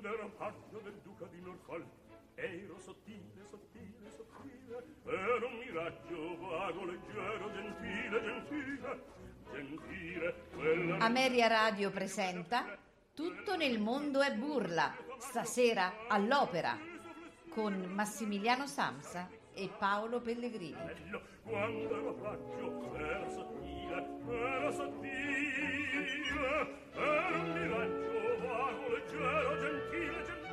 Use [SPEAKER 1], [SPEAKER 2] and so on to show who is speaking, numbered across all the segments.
[SPEAKER 1] era paggio del duca di Norfolk. Ero sottile, sottile, sottile, ero un miraggio vago, leggero, gentile, gentile, gentile. Quella...
[SPEAKER 2] Ameria Radio presenta Tutto nel mondo è burla, stasera all'Opera, con Massimiliano Samsa e Paolo Pellegrini.
[SPEAKER 1] Quando ero paggio era sottile, era un miraggio vago, leggero, gentile, gentile.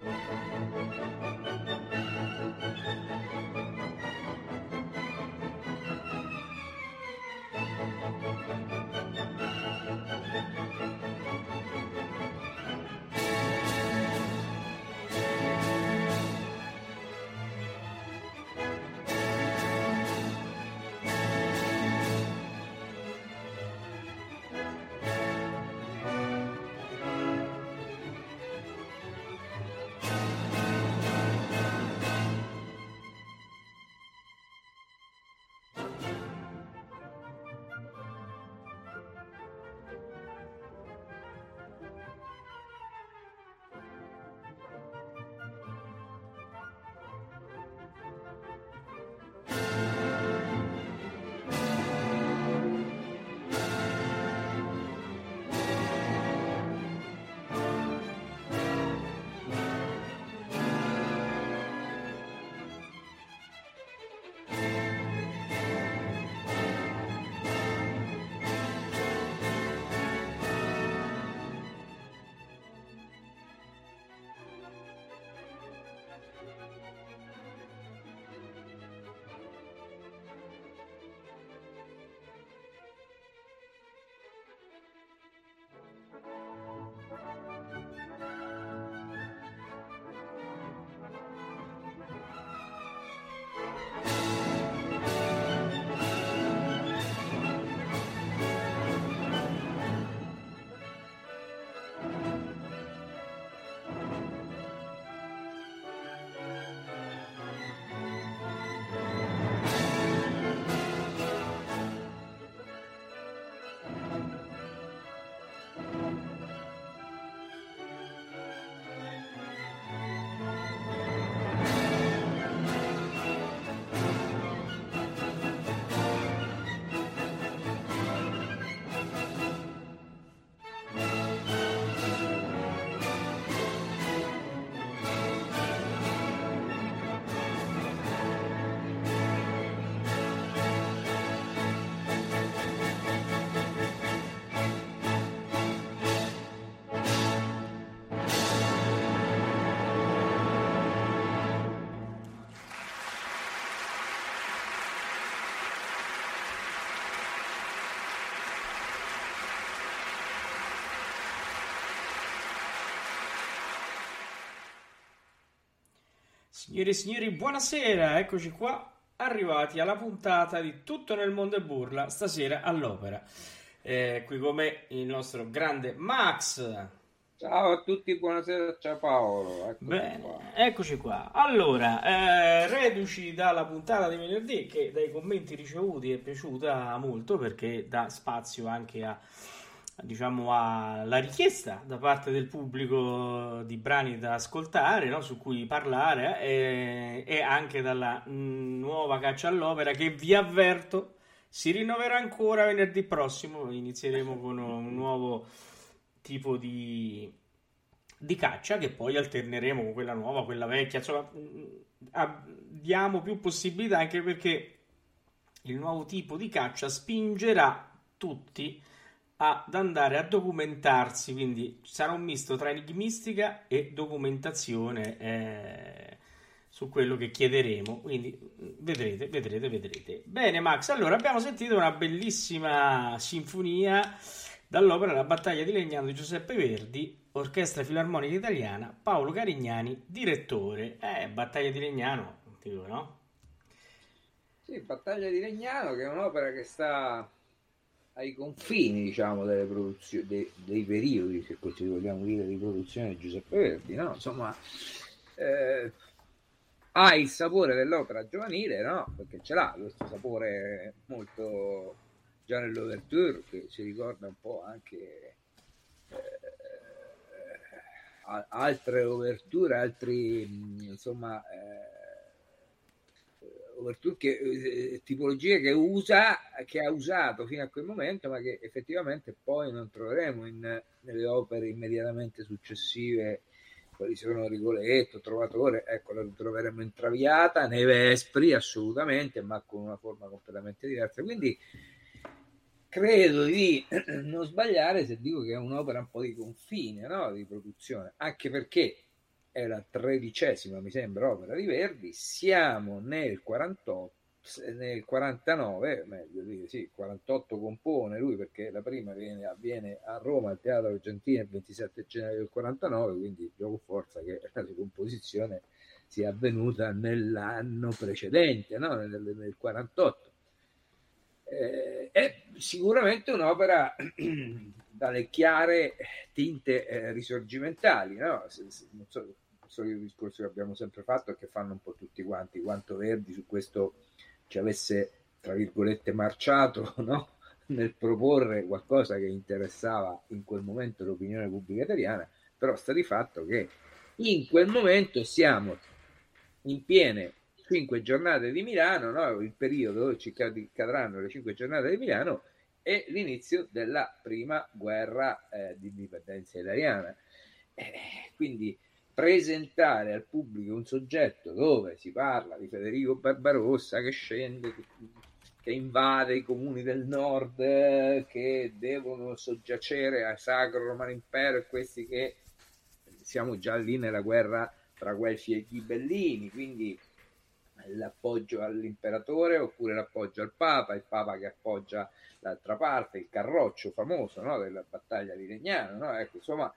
[SPEAKER 3] Signore e signori, buonasera, eccoci qua, arrivati alla puntata di Tutto nel mondo è burla, stasera all'opera. Qui con me il nostro grande Max.
[SPEAKER 4] Ciao a tutti, buonasera, ciao Paolo.
[SPEAKER 3] Bene, eccoci qua. Allora, reduci dalla puntata di venerdì, che dai commenti ricevuti è piaciuta molto perché dà spazio anche a, diciamo, alla richiesta da parte del pubblico di brani da ascoltare, no? Su cui parlare, e anche dalla nuova caccia all'opera che vi avverto si rinnoverà ancora venerdì prossimo. Inizieremo con un nuovo tipo di caccia che poi alterneremo con quella nuova, quella vecchia, insomma diamo più possibilità, anche perché il nuovo tipo di caccia spingerà tutti ad andare a documentarsi, quindi sarà un misto tra enigmistica e documentazione su quello che chiederemo, quindi vedrete. Bene Max, allora abbiamo sentito una bellissima sinfonia dall'opera La battaglia di Legnano di Giuseppe Verdi, Orchestra Filarmonica Italiana, Paolo Carignani, direttore. Battaglia di Legnano, no?
[SPEAKER 4] Sì, Battaglia di Legnano, che è un'opera che sta ai confini, diciamo, delle produzioni, dei periodi, se così vogliamo dire, di produzione di Giuseppe Verdi, no? Insomma, ha il sapore dell'opera giovanile, no? Perché ce l'ha questo sapore molto già nell'ouverture, che si ricorda un po' anche altre ouverture, altri, insomma, ouverture tipologie che ha usato fino a quel momento, ma che effettivamente poi non troveremo nelle opere immediatamente successive, quali sono Rigoletto, Trovatore. Ecco, la troveremo in Traviata, nei Vespri assolutamente, ma con una forma completamente diversa. Quindi credo di non sbagliare se dico che è un'opera un po' di confine, no? Di produzione, anche perché è la 13ª, mi sembra, opera di Verdi. Siamo nel 48, nel 49, meglio dire, sì, 48 compone lui, perché la prima avviene a Roma al Teatro Argentino il 27 gennaio del 49, quindi gioco forza che la composizione sia avvenuta nell'anno precedente, no? nel 48. È sicuramente un'opera dalle chiare tinte risorgimentali, no? Non so il discorso che abbiamo sempre fatto e che fanno un po' tutti quanti, quanto Verdi su questo ci avesse, tra virgolette, marciato, no? Nel proporre qualcosa che interessava in quel momento l'opinione pubblica italiana, però sta di fatto che in quel momento siamo in piene 5 giornate di Milano, no? Il periodo dove ci cadranno le 5 giornate di Milano e l'inizio della prima guerra di indipendenza italiana. Quindi presentare al pubblico un soggetto dove si parla di Federico Barbarossa che scende, che invade i comuni del nord, che devono soggiacere al Sacro Romano Impero, e questi che siamo già lì nella guerra tra Guelfi e Ghibellini, quindi l'appoggio all'imperatore oppure l'appoggio al Papa, il Papa che appoggia l'altra parte, il carroccio famoso, no? Della battaglia di Legnano, no? Ecco, insomma,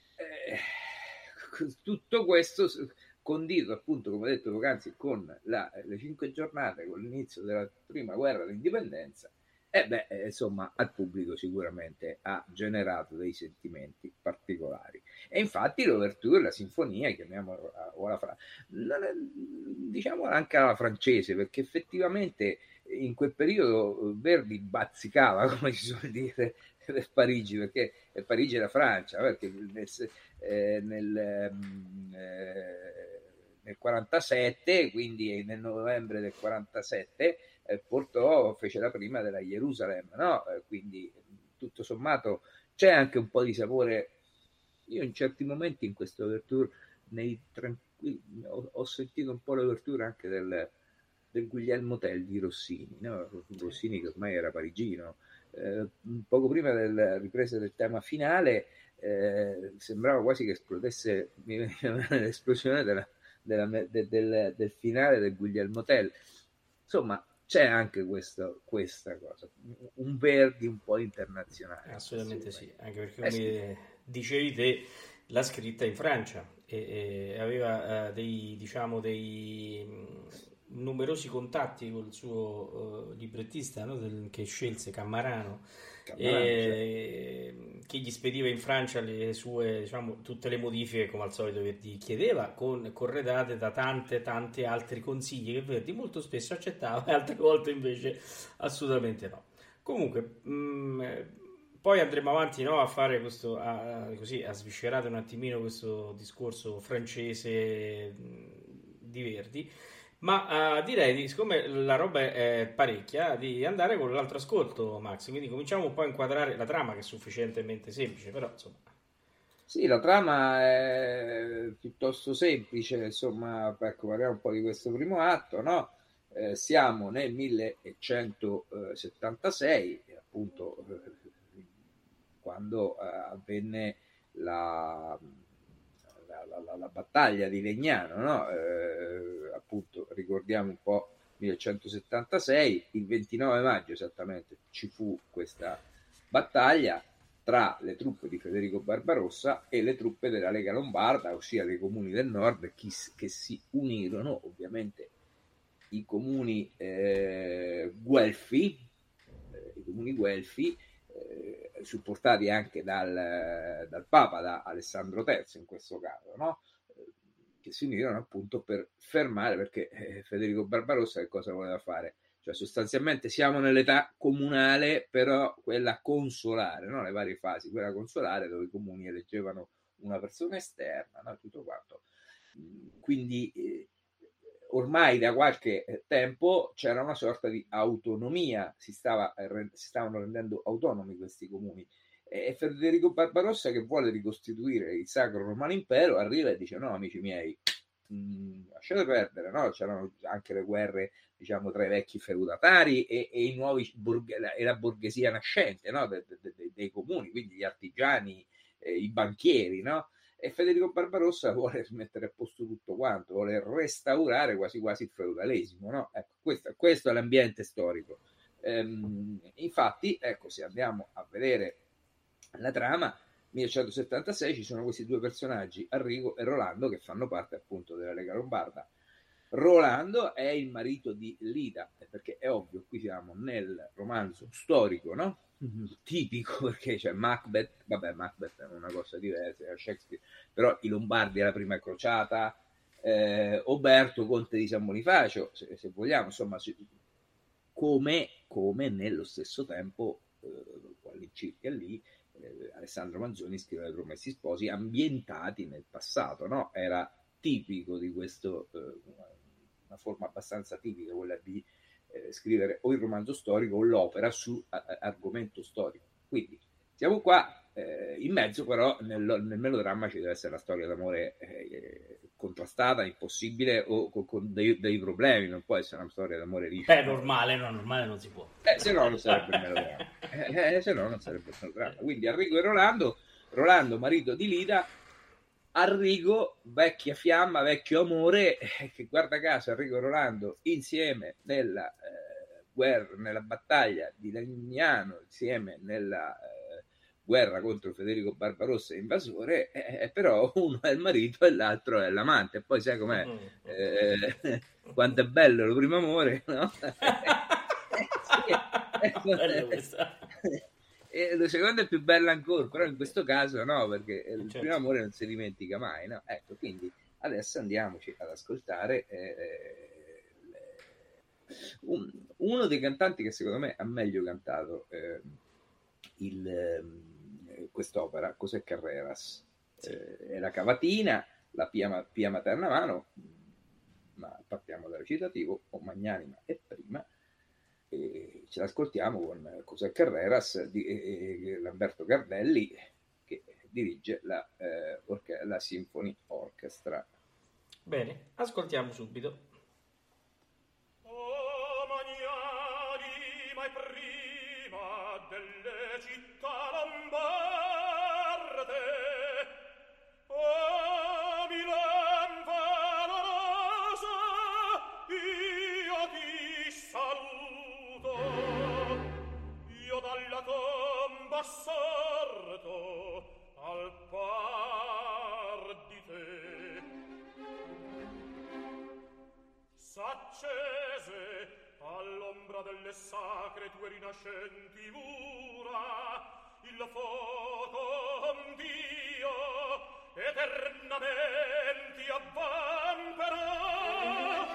[SPEAKER 4] tutto questo condito appunto, come ho detto poc'anzi, con le 5 giornate, con l'inizio della prima guerra d'indipendenza, insomma, al pubblico sicuramente ha generato dei sentimenti particolari. E infatti l'ouverture, la sinfonia, chiamiamola, o diciamo anche alla francese, perché effettivamente in quel periodo Verdi bazzicava, come si suol dire, per Parigi, perché Parigi è la Francia, perché nel 47, quindi nel novembre del 47, fece la prima della Gerusalemme, no? Quindi tutto sommato c'è anche un po' di sapore. Io in certi momenti in questo ouverture ho sentito un po' l'ouverture anche del Guglielmo Tell di Rossini, no? Rossini che ormai era parigino. Poco prima della ripresa del tema finale sembrava quasi che esplodesse l'esplosione del finale del Guglielmo Tell. Insomma, c'è anche questa cosa, un Verdi un po' internazionale.
[SPEAKER 3] Assolutamente sì, anche perché come dicevi te, l'ha scritta in Francia e aveva dei numerosi contatti col suo librettista, no? Che scelse Cammarano, che gli spediva in Francia le sue, tutte le modifiche, come al solito Verdi chiedeva, corredate da tanti altri consigli che Verdi molto spesso accettava e altre volte invece assolutamente no. Comunque poi andremo avanti, no, a fare questo, così a sviscerare un attimino questo discorso francese di Verdi. Ma direi, siccome la roba è parecchia, di andare con l'altro ascolto, Max. Quindi cominciamo un po' a inquadrare la trama, che è sufficientemente semplice, però insomma.
[SPEAKER 4] Sì, la trama è piuttosto semplice, insomma, ecco, parliamo un po' di questo primo atto, no? Siamo nel 1176, appunto, quando avvenne la battaglia di Legnano, no? Appunto, ricordiamo un po' 1176, il 29 maggio esattamente ci fu questa battaglia tra le truppe di Federico Barbarossa e le truppe della Lega Lombarda, ossia dei comuni del nord che si unirono, ovviamente i comuni guelfi, supportati anche dal Papa, da Alessandro III in questo caso, no? Che si unirono appunto per fermare, perché Federico Barbarossa che cosa voleva fare? Cioè sostanzialmente siamo nell'età comunale, però quella consolare, no? Le varie fasi, quella consolare dove i comuni eleggevano una persona esterna, no? Tutto quanto. Quindi ormai da qualche tempo c'era una sorta di autonomia, si stavano rendendo autonomi questi comuni. E Federico Barbarossa, che vuole ricostituire il Sacro Romano Impero, arriva e dice: no, amici miei, lasciate perdere, no? C'erano anche le guerre, diciamo, tra i vecchi feudatari e i nuovi e la borghesia nascente, no? dei comuni, quindi gli artigiani, i banchieri, no? E Federico Barbarossa vuole mettere a posto tutto quanto, vuole restaurare quasi quasi il feudalesimo, no? Ecco, questo è l'ambiente storico. Infatti, ecco, se andiamo a vedere la trama, 1176 ci sono questi due personaggi, Arrigo e Rolando, che fanno parte appunto della Lega Lombarda. Rolando è il marito di Lida, perché è ovvio, qui siamo nel romanzo storico, no? Tipico, perché c'è Macbeth, vabbè, Macbeth è una cosa diversa, è Shakespeare, però i Lombardi alla prima crociata, Oberto, conte di San Bonifacio, se vogliamo, insomma, come nello stesso tempo, all'incirca lì, Alessandro Manzoni scrive I Promessi Sposi, ambientati nel passato, no? Era tipico di questo, una forma abbastanza tipica, quella di scrivere o il romanzo storico o l'opera su argomento storico. Quindi siamo qua, in mezzo però nel melodramma ci deve essere la storia d'amore contrastata, impossibile o con dei problemi, non può essere una storia d'amore liscia.
[SPEAKER 3] Normale non si può.
[SPEAKER 4] Se no non sarebbe il melodramma. Se no non sarebbe il melodramma. Quindi Arrigo e Rolando marito di Lida, Arrigo, vecchia fiamma, vecchio amore, che guarda caso Arrigo e Rolando insieme nella guerra, nella battaglia di Legnano, insieme nella guerra contro Federico Barbarossa invasore, però uno è il marito e l'altro è l'amante. E poi sai com'è? Quanto è bello il primo amore, no? E la seconda è più bella ancora, però in questo caso no, perché il primo amore non si dimentica mai, no? Ecco, quindi adesso andiamoci ad ascoltare uno dei cantanti che secondo me ha meglio cantato quest'opera, José Carreras. È la cavatina, la Pia Materna Mano, ma partiamo dal recitativo, o Magnanima e prima. E ce l'ascoltiamo con José Carreras di Lamberto Gardelli, che dirige la Symphony Orchestra.
[SPEAKER 3] Bene, ascoltiamo subito.
[SPEAKER 1] Sorto al par di te, s'accese all'ombra delle sacre tue rinascenti mura il fuoco Dio eternamente avvamperà.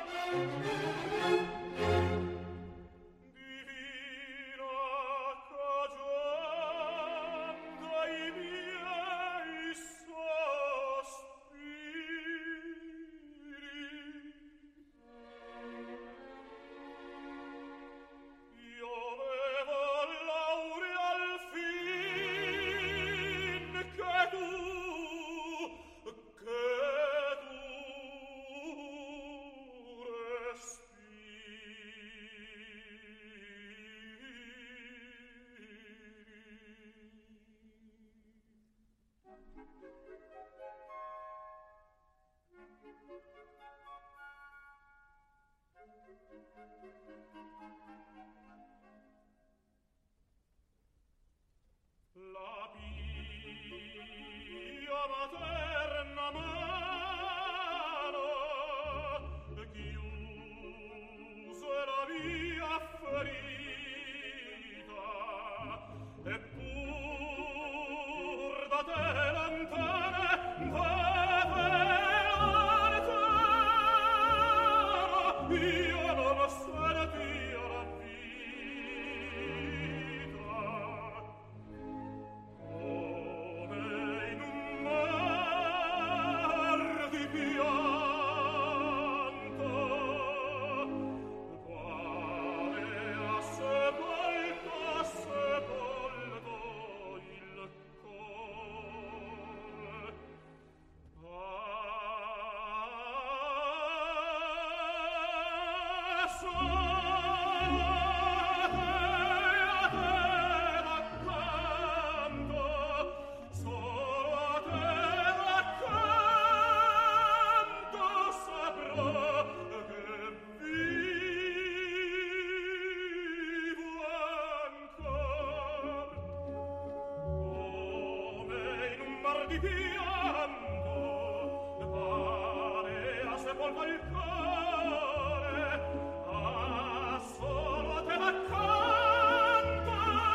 [SPEAKER 1] La Pia Materna Mano chiuse la via ferita, eppur da te lontana io non senti la vita. Come in un mar di pianto di pianto, pare a sepolva il cuore, solo a te d'accanto,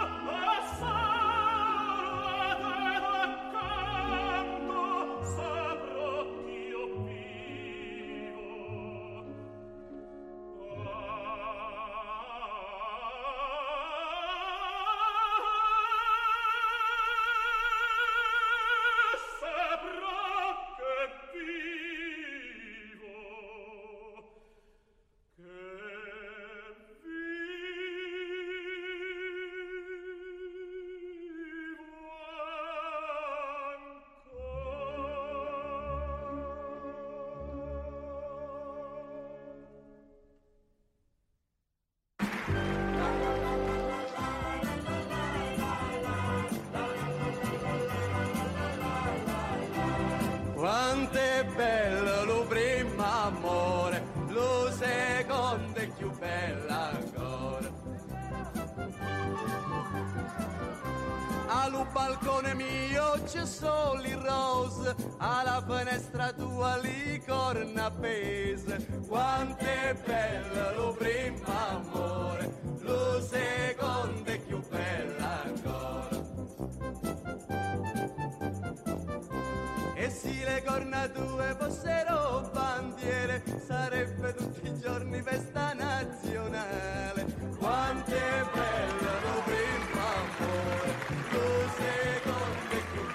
[SPEAKER 1] solo a te d'accanto, saprò ch'io vivo. Saprò che vivo,
[SPEAKER 5] Quanto è bello lo primo amore, lo secondo è più bello ancora. Allo balcone mio c'è solo il rose, alla finestra tua li corna appese. Quanto è bello lo primo amore, lo secondo è più bello ancora. E se le corna tue fossero bandiere, sarebbe tutti i giorni festa nazionale. Quanto è bello lo primo amore, lo secondo è più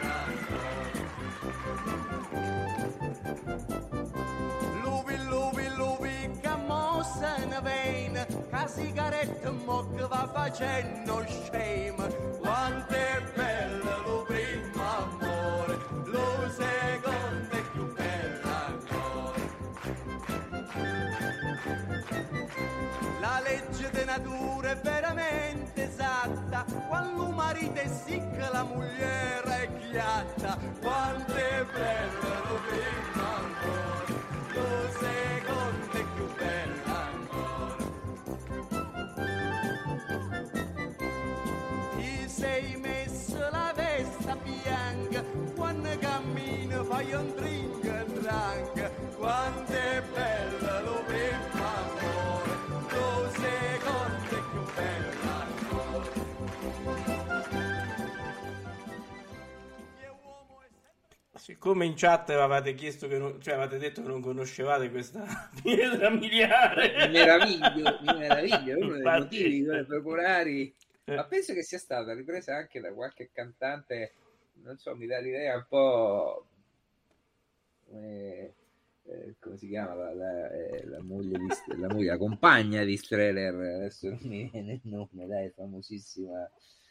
[SPEAKER 5] bella. Lupi, che mossa in veina, che sigaretta mo che va facendo scema. Quanto è bello lo primo amore, lo secondo è più bello ancora. La legge di natura è veramente esatta, quando un marito è sicca la moglie è chiatta. Quanto è bello lo primo amore, lo secondo è più bello ancora. Ti sei messo la veste bianca, quando cammino fai un drink and drunk. Quanto è bello lo primo amore, lo secondo è più bello ancora.
[SPEAKER 3] Siccome in chat avevate chiesto che cioè avete detto che non conoscevate questa pietra miliare,
[SPEAKER 4] mi meraviglio, uno dei motivi popolari. Ma penso che sia stata ripresa anche da qualche cantante, non so, mi dà l'idea un po' come si chiama la moglie la compagna di Streller, adesso non mi viene il nome, dai, famosissima,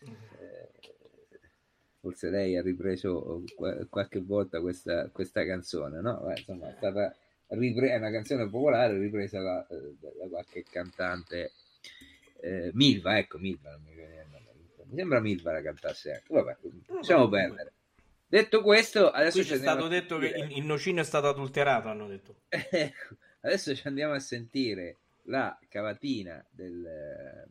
[SPEAKER 4] forse lei ha ripreso qualche volta questa canzone, no? Insomma, è stata è una canzone popolare ripresa da qualche cantante. Milva, non mi sembra Milva la cantasse anche. Vabbè, lasciamo perdere. Detto questo, adesso
[SPEAKER 3] c'è stato detto che il nocino è stato adulterato, hanno detto.
[SPEAKER 4] Adesso ci andiamo a sentire la cavatina del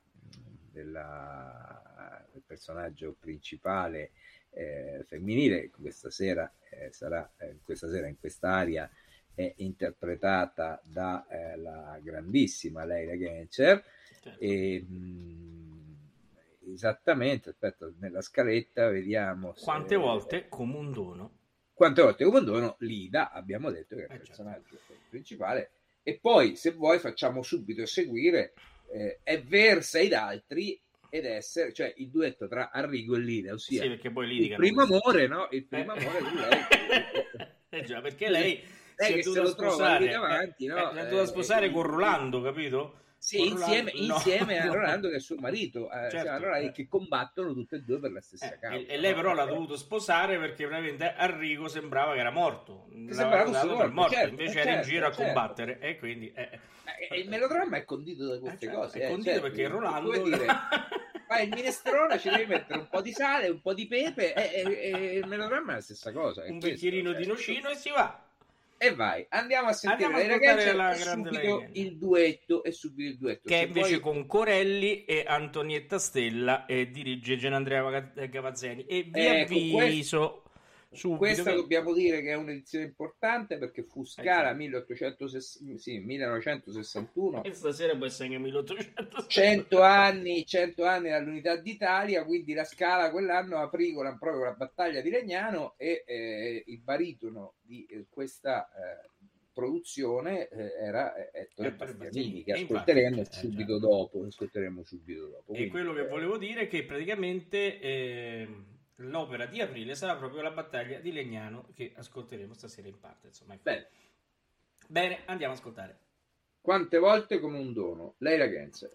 [SPEAKER 4] personaggio principale femminile. Questa sera sarà in quest'aria è interpretata da la grandissima Leila Gencer. E, esattamente, aspetta, nella scaletta vediamo
[SPEAKER 3] quante volte come un dono
[SPEAKER 4] Lida, abbiamo detto che è il personaggio principale, e poi se vuoi facciamo subito seguire è versa ed altri ed essere, cioè il duetto tra Arrigo e Lida, ossia
[SPEAKER 3] sì, perché poi
[SPEAKER 4] il primo amore, no? Il primo amore di lei.
[SPEAKER 3] Già, perché lei
[SPEAKER 4] che se lo trova lì davanti, no?
[SPEAKER 3] È dovuta sposare con Rolando, capito?
[SPEAKER 4] Sì, insieme a Rolando che è suo marito, allora che combattono tutte e due per la stessa causa.
[SPEAKER 3] E lei però l'ha dovuto sposare perché veramente Arrigo sembrava che era morto, invece era in giro a combattere, e quindi
[SPEAKER 4] il melodramma è condito da queste cose.
[SPEAKER 3] È condito perché Rolando
[SPEAKER 4] il minestrone ci devi mettere un po' di sale, un po' di pepe, e il melodramma è la stessa cosa.
[SPEAKER 3] Un bicchierino di nocino e si va.
[SPEAKER 4] E vai, andiamo a sentire le ragazze subito il duetto,
[SPEAKER 3] che è invece con Corelli e Antonietta Stella, e dirige Gianandrea Gavazzeni, e vi avviso subito.
[SPEAKER 4] Questa dobbiamo dire che è un'edizione importante perché fu Scala 1961.
[SPEAKER 3] E stasera può essere anche 1800.
[SPEAKER 4] 100 anni dall'unità d'Italia, quindi la Scala quell'anno aprì proprio la battaglia di Legnano e il baritono di questa produzione era Ettore Bastianini, che ascolteremo subito dopo.
[SPEAKER 3] E quello che volevo dire è che praticamente l'opera di aprile sarà proprio la battaglia di Legnano, che ascolteremo stasera in parte. Insomma, bene, andiamo ad ascoltare.
[SPEAKER 4] Quante volte come un dono, Leila Genzer.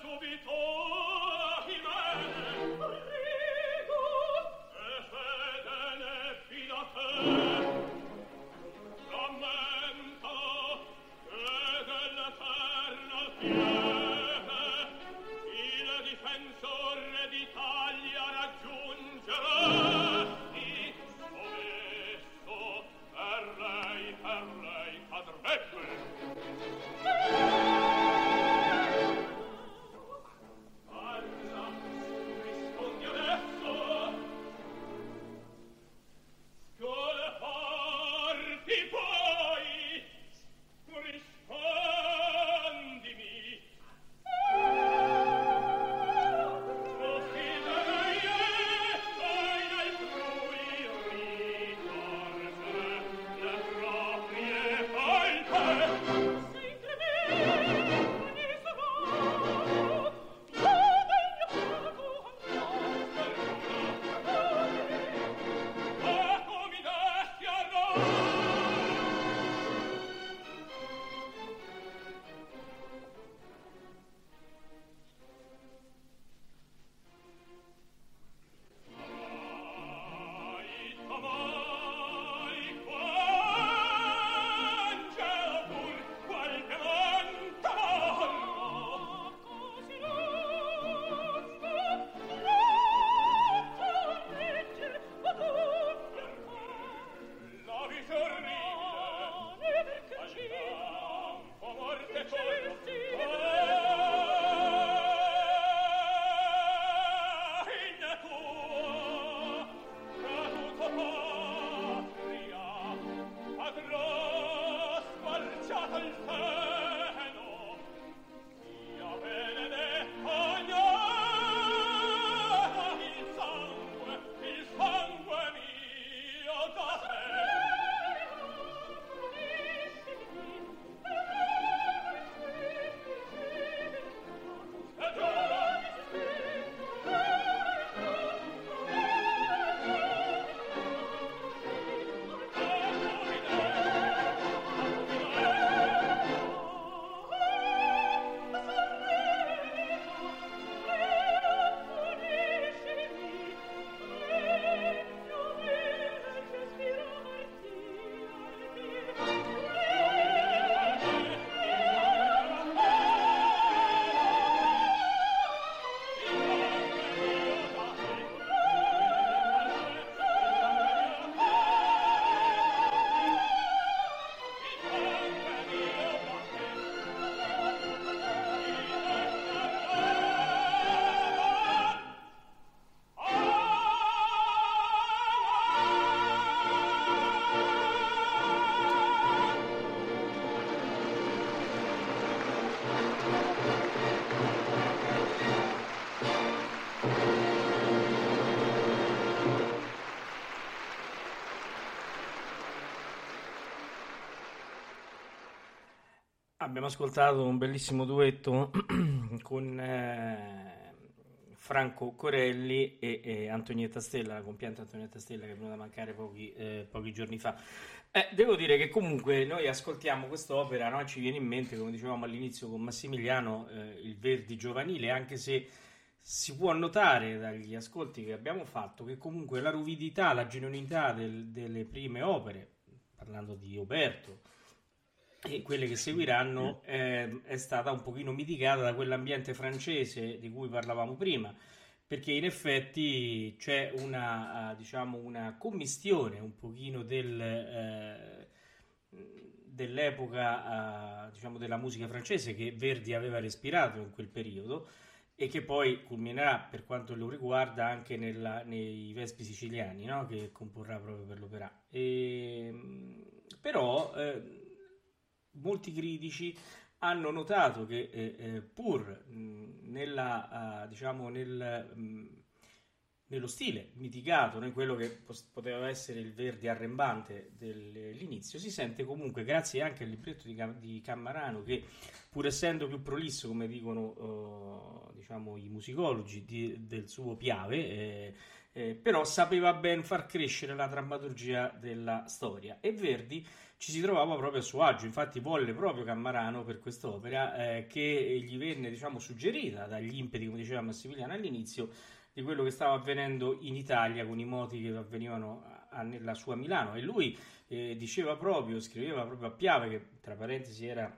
[SPEAKER 3] Abbiamo ascoltato un bellissimo duetto con Franco Corelli e Antonietta Stella, la compianta Antonietta Stella, che è venuta a mancare pochi giorni fa. Devo dire che comunque noi ascoltiamo quest'opera, no? Ci viene in mente, come dicevamo all'inizio con Massimiliano, il Verdi giovanile, anche se si può notare dagli ascolti che abbiamo fatto che comunque la ruvidità, la genuinità delle prime opere, parlando di Oberto, e quelle che seguiranno, è stata un pochino mitigata da quell'ambiente francese di cui parlavamo prima, perché in effetti c'è una commistione un pochino dell'epoca della musica francese che Verdi aveva respirato in quel periodo e che poi culminerà, per quanto lo riguarda, anche nei Vespi siciliani, no? Che comporrà proprio per l'opera. Però molti critici hanno notato che pur nello stile mitigato, in quello che poteva essere il Verdi arrembante dell'inizio, si sente comunque, grazie anche al libretto di Cammarano, che pur essendo più prolisso, come dicono i musicologi, del suo Piave, però sapeva ben far crescere la drammaturgia della storia, e Verdi ci si trovava proprio a suo agio. Infatti volle proprio Cammarano per quest'opera, che gli venne, diciamo, suggerita dagli impeti, come diceva Massimiliano all'inizio, di quello che stava avvenendo in Italia con i moti che avvenivano nella sua Milano. E lui scriveva proprio a Piave, che tra parentesi era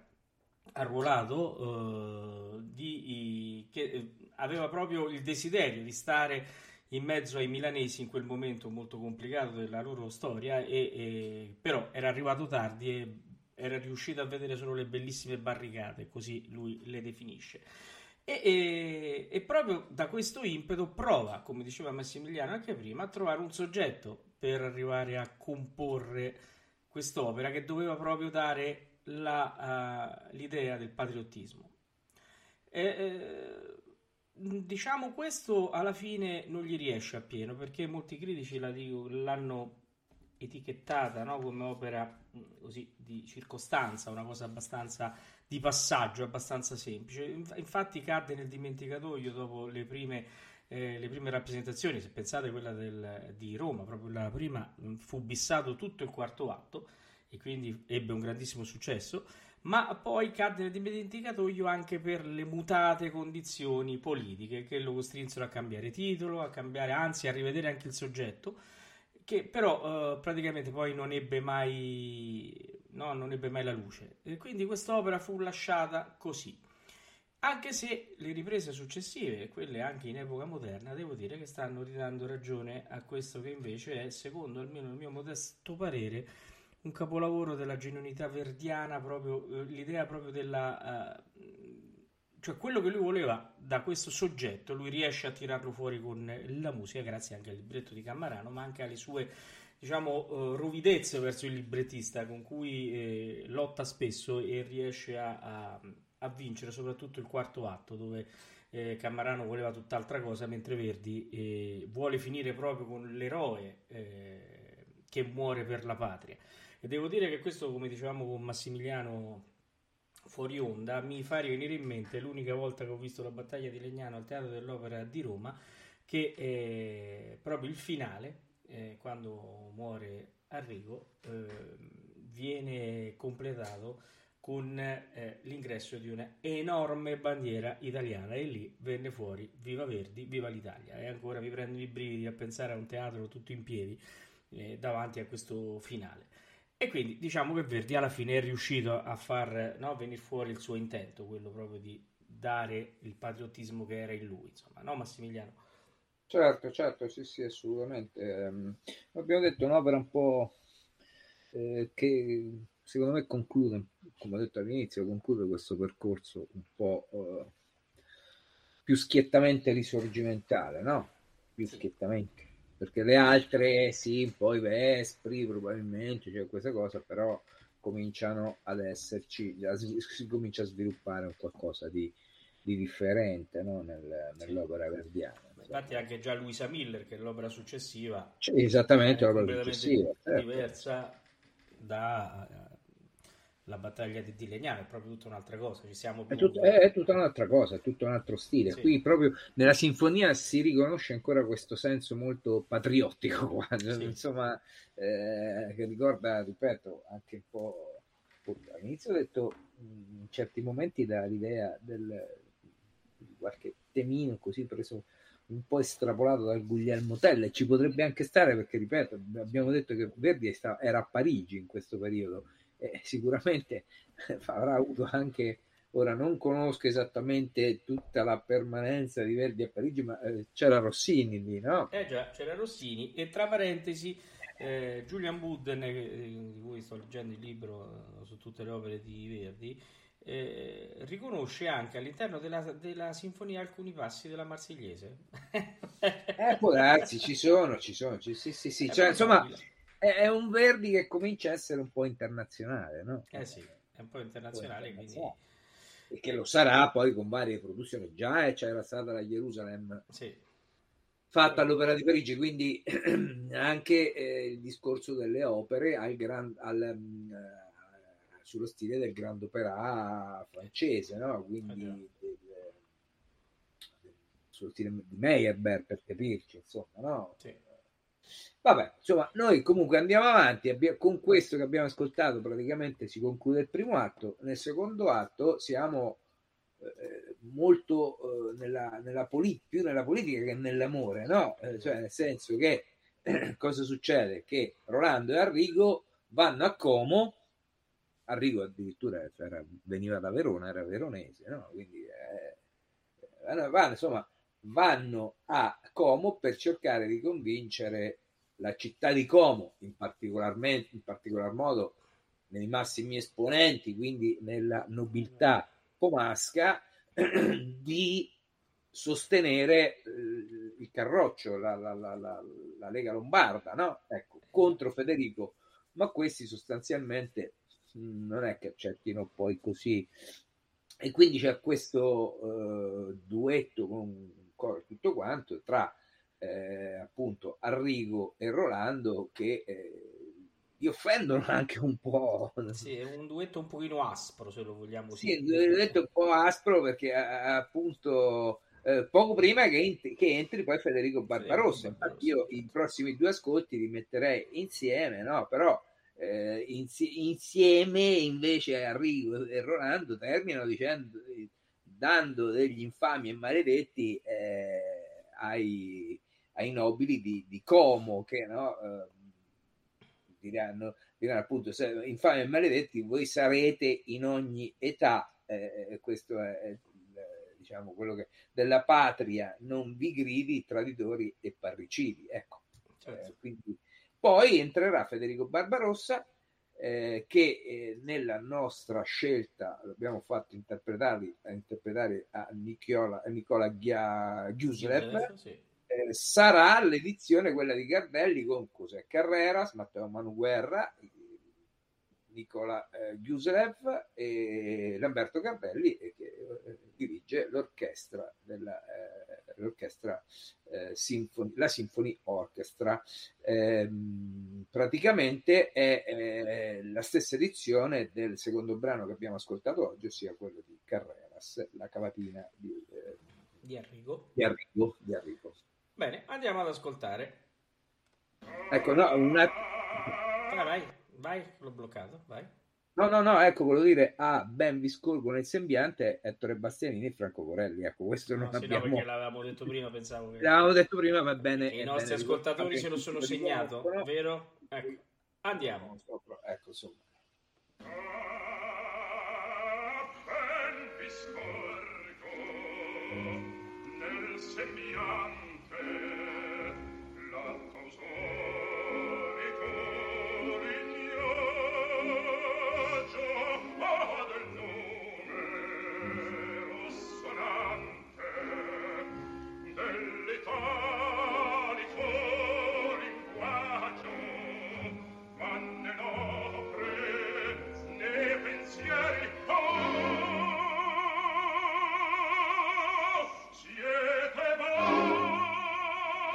[SPEAKER 3] arruolato, che aveva proprio il desiderio di stare in mezzo ai milanesi in quel momento molto complicato della loro storia, però era arrivato tardi e era riuscito a vedere solo le bellissime barricate, così lui le definisce. E proprio da questo impeto prova, come diceva Massimiliano anche prima, a trovare un soggetto per arrivare a comporre quest'opera, che doveva proprio dare l'idea del patriottismo. Diciamo, questo alla fine non gli riesce appieno, perché molti critici l'hanno etichettata, no, come opera così di circostanza, una cosa abbastanza di passaggio, abbastanza semplice. Infatti cadde nel dimenticatoio dopo le prime rappresentazioni. Se pensate quella di Roma, proprio la prima, fu bissato tutto il quarto atto e quindi ebbe un grandissimo successo, ma poi cadde nel dimenticatoio anche per le mutate condizioni politiche che lo costrinsero a cambiare titolo, anzi a rivedere anche il soggetto, che però praticamente poi non ebbe mai la luce, e quindi quest'opera fu lasciata così. Anche se le riprese successive, quelle anche in epoca moderna, devo dire che stanno ridando ragione a questo che invece è, secondo almeno il mio modesto parere, un capolavoro della genuinità verdiana, proprio l'idea proprio della cioè quello che lui voleva da questo soggetto, lui riesce a tirarlo fuori con la musica, grazie anche al libretto di Cammarano, ma anche alle sue, diciamo, ruvidezze verso il librettista, con cui lotta spesso e riesce a vincere soprattutto il quarto atto, dove Cammarano voleva tutt'altra cosa, mentre Verdi vuole finire proprio con l'eroe che muore per la patria. E devo dire che questo, come dicevamo con Massimiliano fuori onda, mi fa rivenire in mente l'unica volta che ho visto la battaglia di Legnano al Teatro dell'Opera di Roma, che proprio il finale, quando muore Arrigo, viene completato con l'ingresso di una enorme bandiera italiana, e lì venne fuori viva Verdi, viva l'Italia. E ancora mi prendono i brividi a pensare a un teatro tutto in piedi davanti a questo finale. E quindi diciamo che Verdi alla fine è riuscito a far venire fuori il suo intento, quello proprio di dare il patriottismo che era in lui, insomma, no, Massimiliano?
[SPEAKER 4] Certo, sì, assolutamente. Abbiamo detto un'opera un po' che secondo me conclude, come ho detto all'inizio, conclude questo percorso un po' più schiettamente risorgimentale, no? Più schiettamente. Perché le altre sì, poi Vespri probabilmente, cioè questa cosa, però cominciano ad esserci, si comincia a sviluppare un qualcosa di differente, no? Nell'opera verdiana.
[SPEAKER 3] Infatti anche già Luisa Miller, che è l'opera successiva,
[SPEAKER 4] cioè, esattamente
[SPEAKER 3] è
[SPEAKER 4] l'opera successiva,
[SPEAKER 3] diversa da la battaglia di Legnano, è proprio tutta un'altra cosa. Ci siamo
[SPEAKER 4] è tutta un'altra cosa, è tutto un altro stile.
[SPEAKER 3] Sì.
[SPEAKER 4] Qui proprio nella sinfonia si riconosce ancora questo senso molto patriottico,
[SPEAKER 3] Sì.
[SPEAKER 4] insomma, che ricorda, ripeto, anche un po'. All'inizio ho detto in certi momenti dà l'idea di qualche temino così preso un po' estrapolato dal Guglielmo Tell, e ci potrebbe anche stare, perché ripeto, abbiamo detto che Verdi era a Parigi in questo periodo. Sicuramente avrà avuto anche, ora non conosco esattamente tutta la permanenza di Verdi a Parigi, ma c'era Rossini lì, no?
[SPEAKER 3] Già, c'era Rossini, e tra parentesi Julian Budden, di cui sto leggendo il libro su tutte le opere di Verdi, riconosce anche all'interno della sinfonia alcuni passi della Marsigliese.
[SPEAKER 4] Può darsi, ci sono, sì, cioè, insomma, è un Verdi che comincia a essere un po' internazionale, no?
[SPEAKER 3] Sì, è un po' internazionale, quindi...
[SPEAKER 4] E che lo sarà poi con varie produzioni. Già c'era stata la Gerusalemme fatta all'Opera di Parigi, quindi anche il discorso delle opere sullo stile del Grand Opéra francese, no? Quindi sullo stile di Meyerbeer, per capirci, insomma, no?
[SPEAKER 3] Sì.
[SPEAKER 4] Vabbè, insomma, noi comunque andiamo avanti, con questo che abbiamo ascoltato praticamente si conclude il primo atto. Nel secondo atto siamo molto più nella politica che nell'amore, no? Cioè, nel senso che cosa succede? Che Rolando e Arrigo vanno a Como. Arrigo addirittura veniva da Verona, era veronese, no? Quindi vanno a Como per cercare di convincere la città di Como, in particolar modo nei massimi esponenti, quindi nella nobiltà comasca, di sostenere il Carroccio, la Lega Lombarda, no? Ecco, contro Federico, ma questi sostanzialmente non è che accettino poi così, e quindi c'è questo duetto con tutto quanto tra appunto Arrigo e Rolando che li offendono anche un po'.
[SPEAKER 3] Sì, è un duetto un pochino aspro, se lo vogliamo
[SPEAKER 4] dire. Sì, è un duetto un po' aspro perché appunto poco prima che entri poi Federico Barbarossa. Infatti io i prossimi due ascolti li metterei insieme, no? Però insieme invece Arrigo e Rolando terminano dando degli infami e maledetti ai nobili di Como, che no, diranno appunto, infami e maledetti voi sarete in ogni età, questo è diciamo quello che della patria non vi gridi traditori e parricidi, ecco. Certo. Quindi poi entrerà Federico Barbarossa, che nella nostra scelta l'abbiamo fatto interpretare a Nicola Ghiuslev. Sì. Sarà l'edizione quella di Gardelli con Carreras, Matteo Manuguerra, Nicola Ghiuslev e Lamberto Gardelli, che dirige l'orchestra la Symphony Orchestra. Praticamente è la stessa edizione del secondo brano che abbiamo ascoltato oggi, ossia quello di Carreras, la cavatina
[SPEAKER 3] di Arrigo.
[SPEAKER 4] Bene,
[SPEAKER 3] andiamo ad ascoltare.
[SPEAKER 4] Ecco, no,
[SPEAKER 3] vai, l'ho bloccato, vai.
[SPEAKER 4] No, ecco, volevo dire, ben vi scorgo nel sembiante Ettore Bastianini e Franco Corelli, ecco, questo non abbiamo...
[SPEAKER 3] No, perché l'avevamo detto prima, pensavo che...
[SPEAKER 4] L'avevamo detto prima, va bene...
[SPEAKER 3] I nostri ascoltatori se lo sono segnato, vero? Ecco, andiamo.
[SPEAKER 4] Ecco, insomma.
[SPEAKER 1] Ben vi scorgo nel sembiante siete voi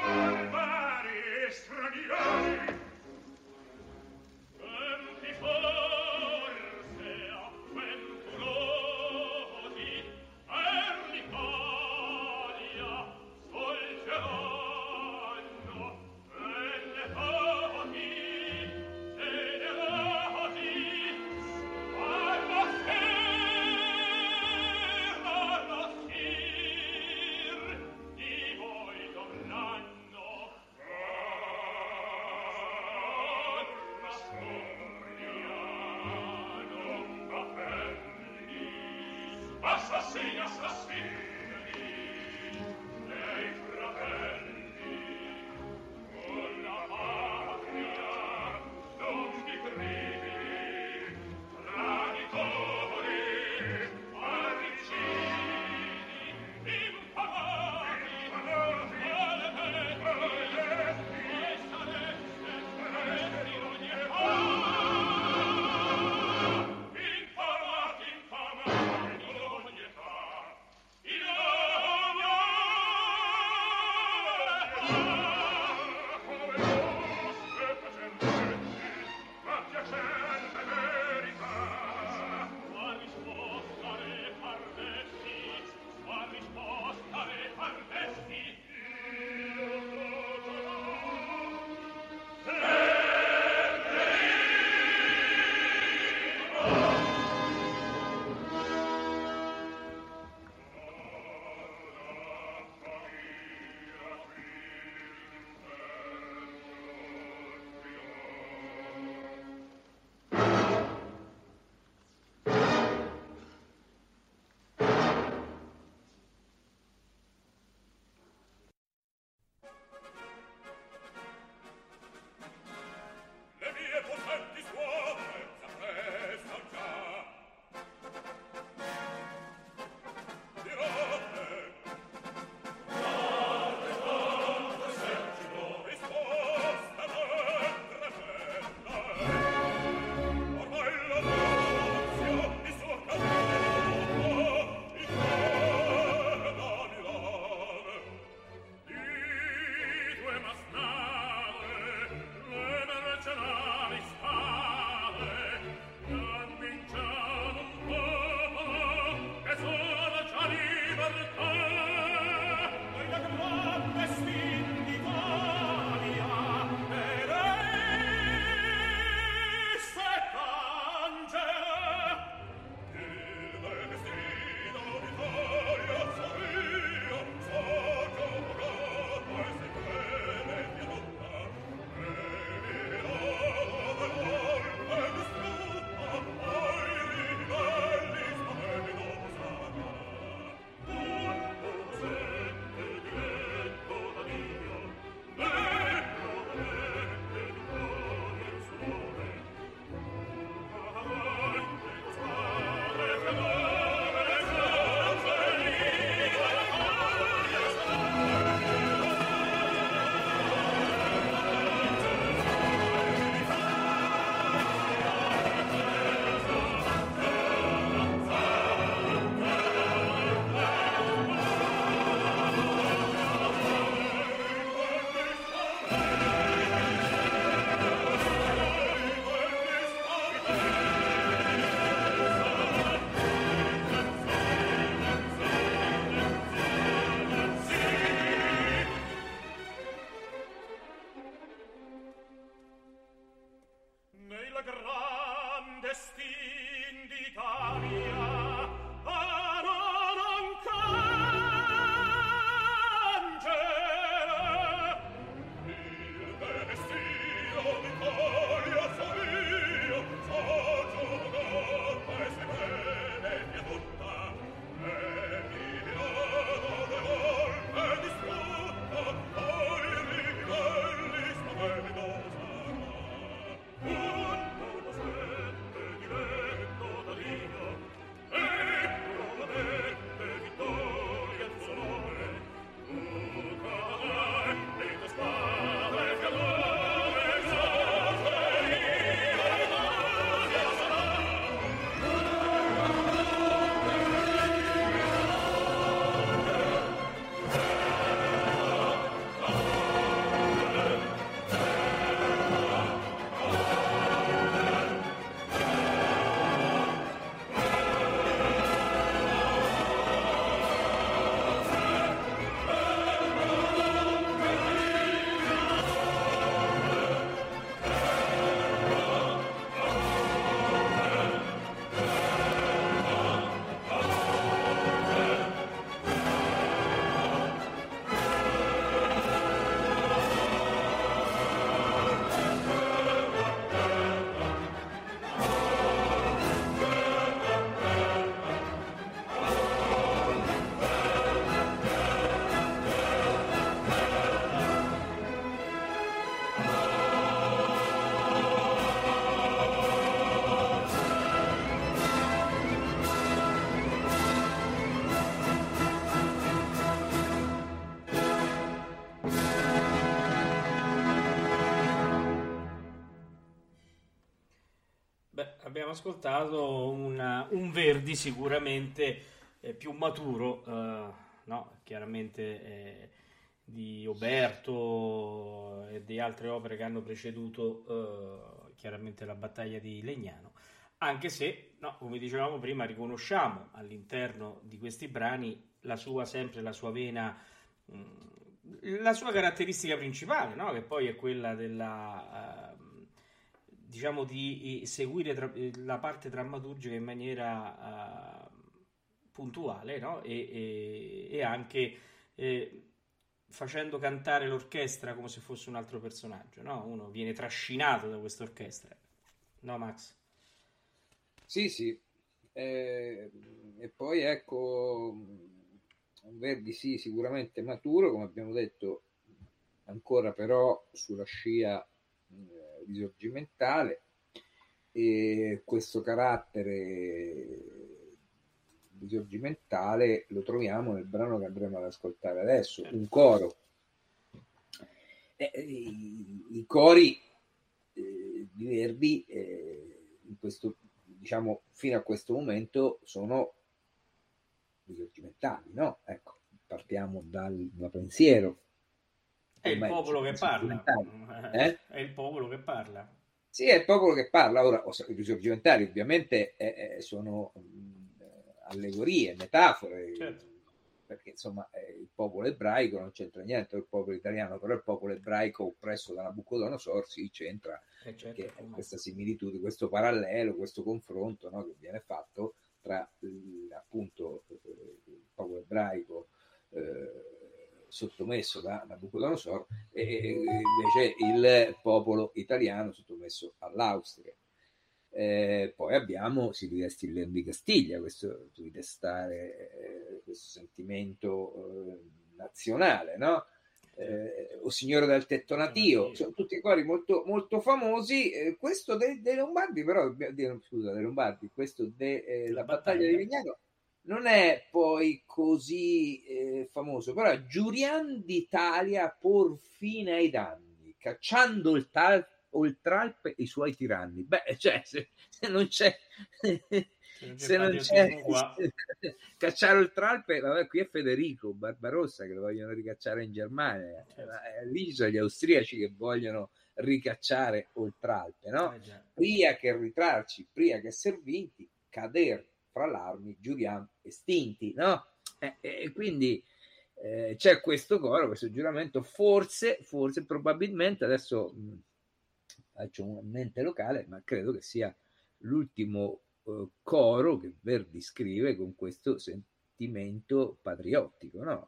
[SPEAKER 3] abbiamo ascoltato un Verdi sicuramente più maturo, no? Chiaramente di Oberto e di altre opere che hanno preceduto chiaramente la battaglia di Legnano, anche se, no, come dicevamo prima, riconosciamo all'interno di questi brani sempre la sua vena, la sua caratteristica principale, no? Che poi è quella della diciamo di seguire la parte drammaturgica in maniera puntuale, no? E anche facendo cantare l'orchestra come se fosse un altro personaggio, no? Uno viene trascinato da questa orchestra, no, Max?
[SPEAKER 4] Sì, sì. E poi ecco, Verdi sì, sicuramente maturo, come abbiamo detto, ancora però sulla scia risorgimentale, e questo carattere risorgimentale lo troviamo nel brano che andremo ad ascoltare adesso, un coro. I cori di Verdi in questo, diciamo, fino a questo momento sono risorgimentali, no? Ecco, partiamo dal pensiero.
[SPEAKER 3] È il popolo che parla. È il popolo che parla.
[SPEAKER 4] Sì, è il popolo che parla. Ora, i risorgimentali ovviamente sono allegorie, metafore,
[SPEAKER 3] certo,
[SPEAKER 4] perché insomma il popolo ebraico non c'entra niente con il popolo italiano, però il popolo ebraico oppresso da Nabucodonosor sì c'entra,
[SPEAKER 3] certo,
[SPEAKER 4] perché questa similitudine, questo parallelo, questo confronto, no, che viene fatto tra appunto il popolo ebraico sottomesso da Nabucodonosor e invece il popolo italiano sottomesso all'Austria. Poi abbiamo Si ridesti il leone di Castiglia, questo ridestare questo sentimento nazionale, no? O Signore del tetto natio, sono tutti cori molto, molto famosi. Questo dei Lombardi, però, scusa, dei Lombardi, questo della battaglia di Legnano non è poi così famoso, però Giurian d'Italia por fine ai danni, cacciando oltralpe i suoi tiranni. Beh, cioè, se non c'è se non c'è cacciare oltralpe, vabbè, qui è Federico Barbarossa che lo vogliono ricacciare in Germania, lì ci sono gli austriaci che vogliono ricacciare oltralpe, no? Pria che ritrarci, pria che servinti, cader fra l'armi, giuriam estinti, no? E quindi c'è questo coro, questo giuramento, forse, probabilmente, adesso faccio un mente locale, ma credo che sia l'ultimo coro che Verdi scrive con questo sentimento patriottico, no?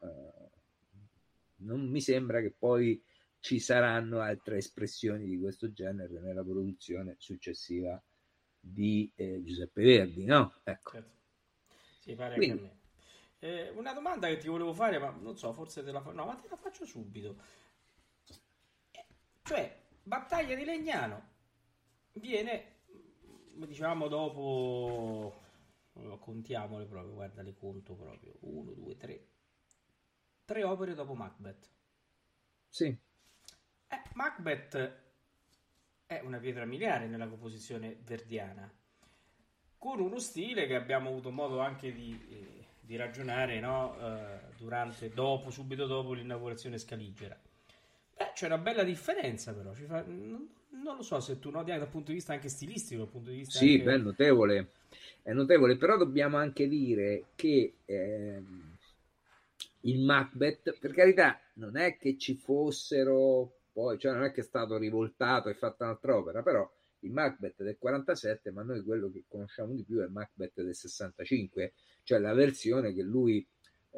[SPEAKER 4] Non mi sembra che poi ci saranno altre espressioni di questo genere nella produzione successiva di Giuseppe Verdi, no? Ecco.
[SPEAKER 3] Certo. Sì, pare quindi, anche a me. Una domanda che ti volevo fare, ma non so, forse te la faccio subito. Cioè, battaglia di Legnano viene, diciamo, dopo, contiamole proprio, guarda, le conto proprio, 1, 2, 3 opere dopo Macbeth.
[SPEAKER 4] Sì.
[SPEAKER 3] Macbeth è una pietra miliare nella composizione verdiana, con uno stile che abbiamo avuto modo anche di ragionare, no? Subito dopo l'inaugurazione scaligera. C'è una bella differenza, però non lo so se tu noti dal punto di vista anche stilistico, dal punto di vista
[SPEAKER 4] sì,
[SPEAKER 3] anche...
[SPEAKER 4] beh, è notevole, però dobbiamo anche dire che il Macbeth, per carità, non è che ci fossero poi, cioè non è che è stato rivoltato e fatto un'altra opera, però il Macbeth del 47, ma noi quello che conosciamo di più è il Macbeth del 65, cioè la versione che lui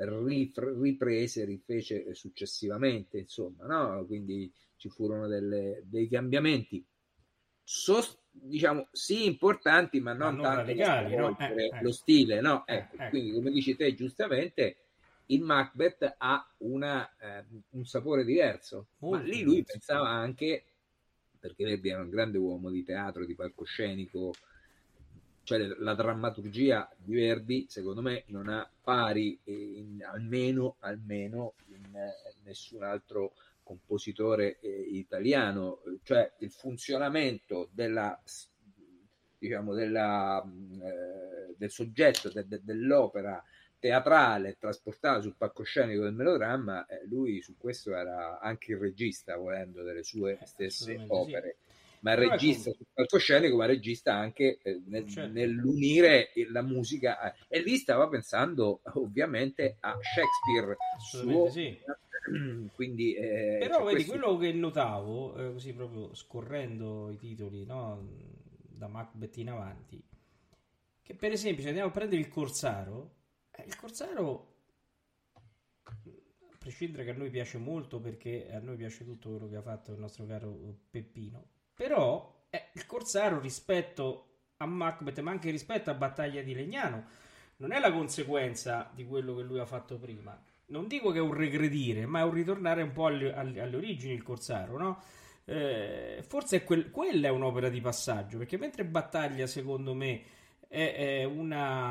[SPEAKER 4] rifece successivamente, insomma, no? Quindi ci furono dei cambiamenti diciamo sì importanti, ma non tanto
[SPEAKER 3] radicali, no?
[SPEAKER 4] Lo stile, no? Quindi, come dici te giustamente, il Macbeth ha un sapore diverso, molto, ma lì lui pensava anche, perché Verdi era un grande uomo di teatro, di palcoscenico, cioè la drammaturgia di Verdi secondo me non ha pari almeno in nessun altro compositore italiano, cioè il funzionamento diciamo, del soggetto dell'opera teatrale trasportata sul palcoscenico del melodramma, lui su questo era anche il regista, volendo, delle sue stesse opere. Sì. Ma il regista sul palcoscenico, ma regista anche nell'unire la musica. E lì stava pensando ovviamente a Shakespeare.
[SPEAKER 3] Sì.
[SPEAKER 4] Quindi,
[SPEAKER 3] però vedi, quello che notavo, così proprio scorrendo i titoli, no, da Macbeth in avanti, che per esempio se andiamo a prendere il Corsaro, a prescindere che a noi piace molto, perché a noi piace tutto quello che ha fatto il nostro caro Peppino, però il Corsaro rispetto a Macbeth, ma anche rispetto a Battaglia di Legnano, non è la conseguenza di quello che lui ha fatto prima. Non dico che è un regredire, ma è un ritornare un po' alle origini, il Corsaro, no? Forse quella è un'opera di passaggio, perché mentre Battaglia, secondo me, è un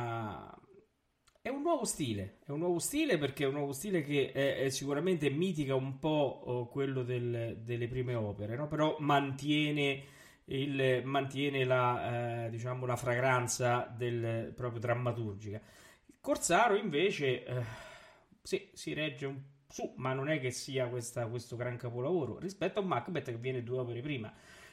[SPEAKER 3] nuovo stile, perché è un nuovo stile che sicuramente mitiga un po' quello delle prime opere, no? Però mantiene la, diciamo, la fragranza proprio drammaturgica. Il Corsaro invece sì, si regge su, ma non è che sia questo gran capolavoro rispetto a Macbeth, che viene 2 opere prima.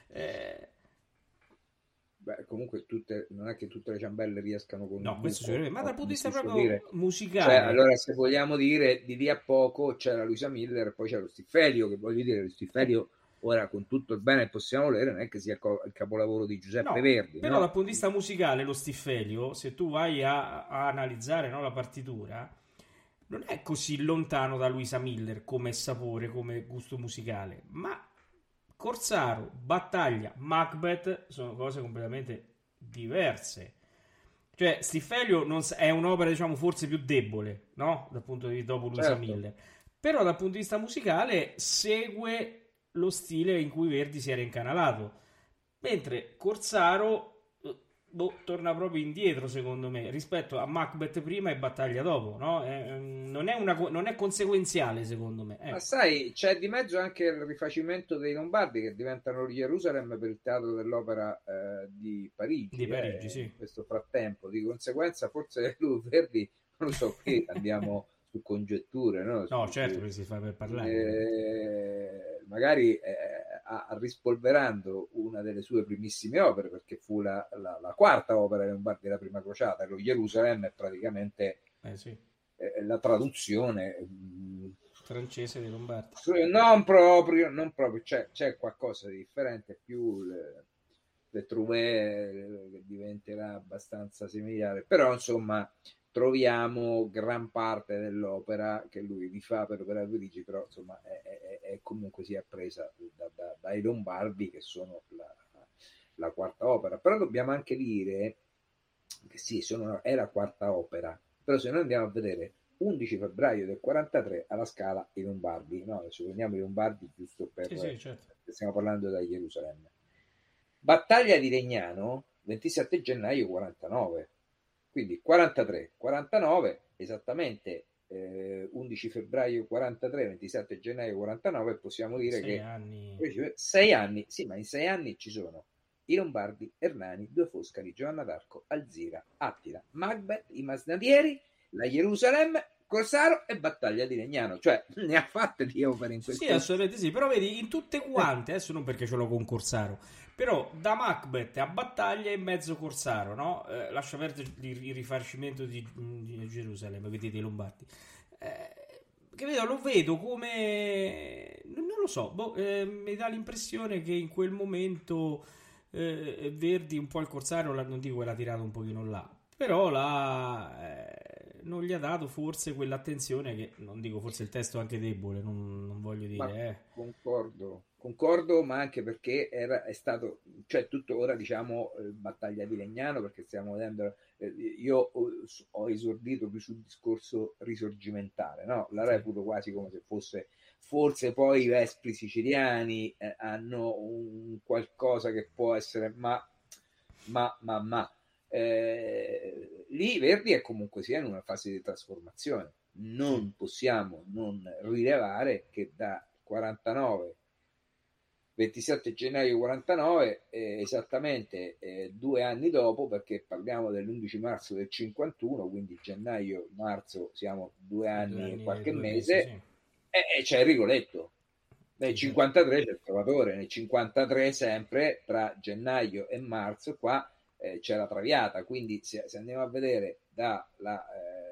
[SPEAKER 4] Beh, comunque non è che tutte le ciambelle riescano con
[SPEAKER 3] no, questo sicuramente, ma dal punto di vista proprio
[SPEAKER 4] dire.
[SPEAKER 3] musicale,
[SPEAKER 4] cioè, allora, se vogliamo dire, di lì a poco c'era Luisa Miller e poi c'era lo Stiffelio, che voglio dire, lo Stiffelio ora, con tutto il bene che possiamo volere, non è che sia il capolavoro di Giuseppe Verdi,
[SPEAKER 3] però dal punto di vista musicale lo Stiffelio, se tu vai a analizzare, no, la partitura, non è così lontano da Luisa Miller come sapore, come gusto musicale, ma Corsaro, Battaglia, Macbeth sono cose completamente diverse. Cioè, Stiffelio è un'opera, diciamo, forse più debole, no? Dal punto di vista, dopo Luisa Miller. Però dal punto di vista musicale segue lo stile in cui Verdi si era incanalato. Mentre Corsaro torna proprio indietro, secondo me, rispetto a Macbeth prima e Battaglia dopo, no? Non è conseguenziale, secondo me.
[SPEAKER 4] Ma sai, c'è di mezzo anche il rifacimento dei Lombardi, che diventano Gerusalemme per il teatro dell'opera di Parigi.
[SPEAKER 3] Sì.
[SPEAKER 4] In questo frattempo, di conseguenza, forse lui, Verdi, non lo so, qui andiamo su congetture, no?
[SPEAKER 3] No, certo, che si fa per parlare.
[SPEAKER 4] Magari rispolverando una delle sue primissime opere, perché fu la quarta opera dei Lombardi della prima crociata. Lo Gerusalemme è praticamente la traduzione
[SPEAKER 3] francese dei Lombardi.
[SPEAKER 4] Non proprio, c'è qualcosa di differente, più le Trouvé, che diventerà abbastanza similare, però insomma troviamo gran parte dell'opera che lui rifà per l'opera di Parigi, però insomma è comunque sia presa dai Lombardi, che sono la quarta opera. Però dobbiamo anche dire che sì, è la quarta opera, però se noi andiamo a vedere 11 febbraio del 43 alla Scala i Lombardi, no, adesso prendiamo i Lombardi giusto per
[SPEAKER 3] certo.
[SPEAKER 4] Stiamo parlando da Gerusalemme. Battaglia di Legnano 27 gennaio 49, quindi 43-49, esattamente 11 febbraio 43, 27 gennaio 49, possiamo dire
[SPEAKER 3] 6
[SPEAKER 4] che
[SPEAKER 3] anni.
[SPEAKER 4] 6 anni, sì, ma in 6 anni ci sono i Lombardi, Ernani, Due Foscari, Giovanna d'Arco, Alzira, Attila, Macbeth, i Masnadieri, la Gerusalemme, Corsaro e Battaglia di Legnano. Cioè, ne ha fatte di opere in questo.
[SPEAKER 3] Sì, assolutamente sì, però vedi, in tutte quante, adesso non perché ce l'ho con Corsaro, però da Macbeth a Battaglia in mezzo Corsaro, no? Lascia perdere il rifacimento di Gerusalemme, vedete i Lombardi. Che lo vedo come, non lo so, mi dà l'impressione che in quel momento Verdi un po' il Corsaro, non dico che l'ha tirato un pochino là, però non gli ha dato forse quell'attenzione che, non dico, forse il testo è anche debole, non voglio dire.
[SPEAKER 4] Concordo, ma anche perché è stato, cioè tutto ora diciamo Battaglia di Legnano, perché stiamo vedendo, io ho esordito più sul discorso risorgimentale, no? La reputo quasi come se fosse, forse poi i Vespri siciliani hanno un qualcosa che può essere, ma lì Verdi è comunque sia in una fase di trasformazione. Non possiamo non rilevare che da 49 27 gennaio 49, esattamente 2 anni dopo, perché parliamo dell'11 marzo del 51, quindi gennaio-marzo siamo 2 anni e qualche mese,
[SPEAKER 3] sì.
[SPEAKER 4] e c'è Rigoletto. Nel
[SPEAKER 3] Sì,
[SPEAKER 4] 53 c'è il Trovatore, nel 53 sempre tra gennaio e marzo qua c'è la Traviata, quindi se andiamo a vedere dalla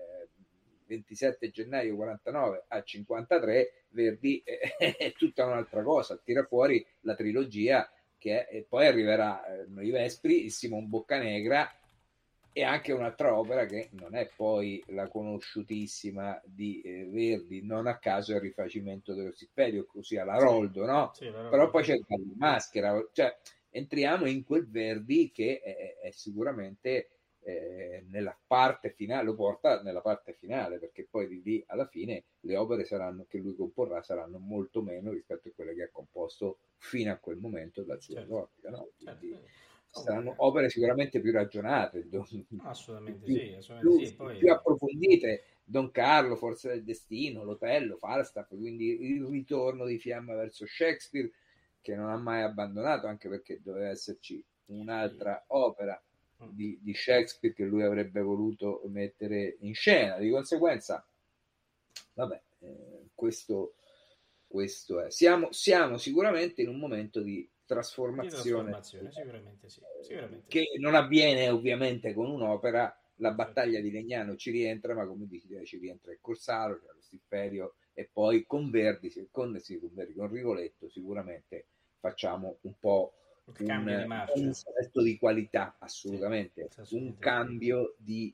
[SPEAKER 4] 27 gennaio 49 a 53, Verdi è tutta un'altra cosa, tira fuori la trilogia e poi arriverà Noi Vespri, il Simon Boccanegra e anche un'altra opera che non è poi la conosciutissima di Verdi, non a caso è il rifacimento dello Stipendio, ossia la Roldo, no?
[SPEAKER 3] Sì,
[SPEAKER 4] Però poi c'è il Gallo in Maschera, cioè entriamo in quel Verdi che è sicuramente nella parte finale, lo porta nella parte finale, perché poi di lì alla fine le opere che lui comporrà saranno molto meno rispetto a quelle che ha composto fino a quel momento dal suo esordio, no? Quindi saranno opere sicuramente più ragionate,
[SPEAKER 3] assolutamente
[SPEAKER 4] più,
[SPEAKER 3] sì, assolutamente sì. Poi...
[SPEAKER 4] più approfondite. Don Carlo, Forza del Destino, L'Otello, Falstaff, quindi il ritorno di fiamma verso Shakespeare, che non ha mai abbandonato, anche perché doveva esserci un'altra opera di Shakespeare che lui avrebbe voluto mettere in scena. Di conseguenza, vabbè, questo è. Siamo sicuramente in un momento di trasformazione
[SPEAKER 3] sicuramente sì.
[SPEAKER 4] Che non avviene ovviamente con un'opera. La battaglia di Legnano ci rientra, ma come dici, ci rientra il Corsaro, cioè lo Stifferio, e poi con Verdi, con Rigoletto sicuramente facciamo un po' un salto di qualità, assolutamente, un cambio di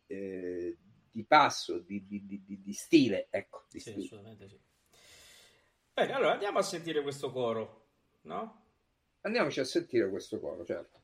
[SPEAKER 4] passo, di stile, ecco. Stile.
[SPEAKER 3] Assolutamente sì. Bene, allora andiamo a sentire questo coro, no?
[SPEAKER 4] Andiamoci a sentire questo coro, certo.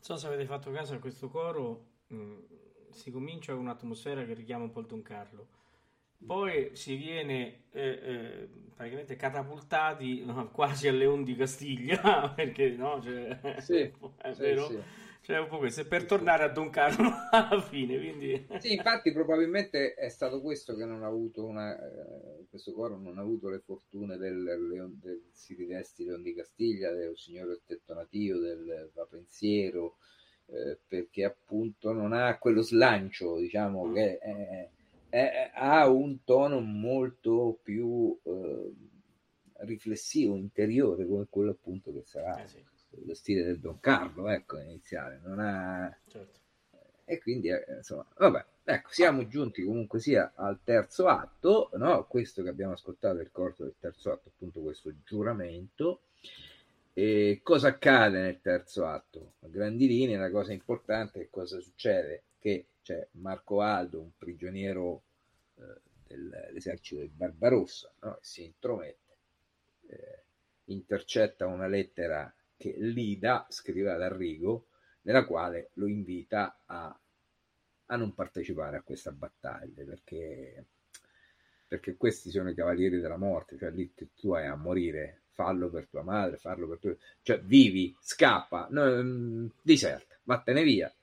[SPEAKER 3] so se avete fatto caso a questo coro, si comincia con un'atmosfera che richiama un po' il Don Carlo, poi si viene praticamente catapultati, no, quasi al Leon di Castiglia, perché no, cioè,
[SPEAKER 4] Sì,
[SPEAKER 3] è
[SPEAKER 4] sì,
[SPEAKER 3] vero?
[SPEAKER 4] sì.
[SPEAKER 3] Cioè, un po' questo, e per tornare a Don Carlo alla fine, quindi...
[SPEAKER 4] Sì, infatti probabilmente è stato questo che non ha avuto questo coro non ha avuto le fortune del Siridesti Leon di Castiglia, del Signore Tetto Natio, del Va Pensiero, perché appunto non ha quello slancio, diciamo, che ha un tono molto più riflessivo, interiore, come quello appunto che sarà
[SPEAKER 3] sì,
[SPEAKER 4] lo stile del Don Carlo, ecco, iniziale. Non ha...
[SPEAKER 3] certo.
[SPEAKER 4] E quindi, insomma, vabbè, ecco, siamo giunti comunque sia al terzo atto, no? Questo che abbiamo ascoltato è il corto del terzo atto, appunto questo giuramento. E cosa accade nel terzo atto? A grandi linee, la cosa importante è cosa succede? Che c'è Marco Aldo, un prigioniero dell'esercito di Barbarossa, no? Si intromette, intercetta una lettera che Lida scriveva ad Arrigo, nella quale lo invita a non partecipare a questa battaglia, perché questi sono i cavalieri della morte, cioè lì tu hai a morire, fallo per tua madre, farlo per tu, cioè vivi, scappa, diserta, vattene via.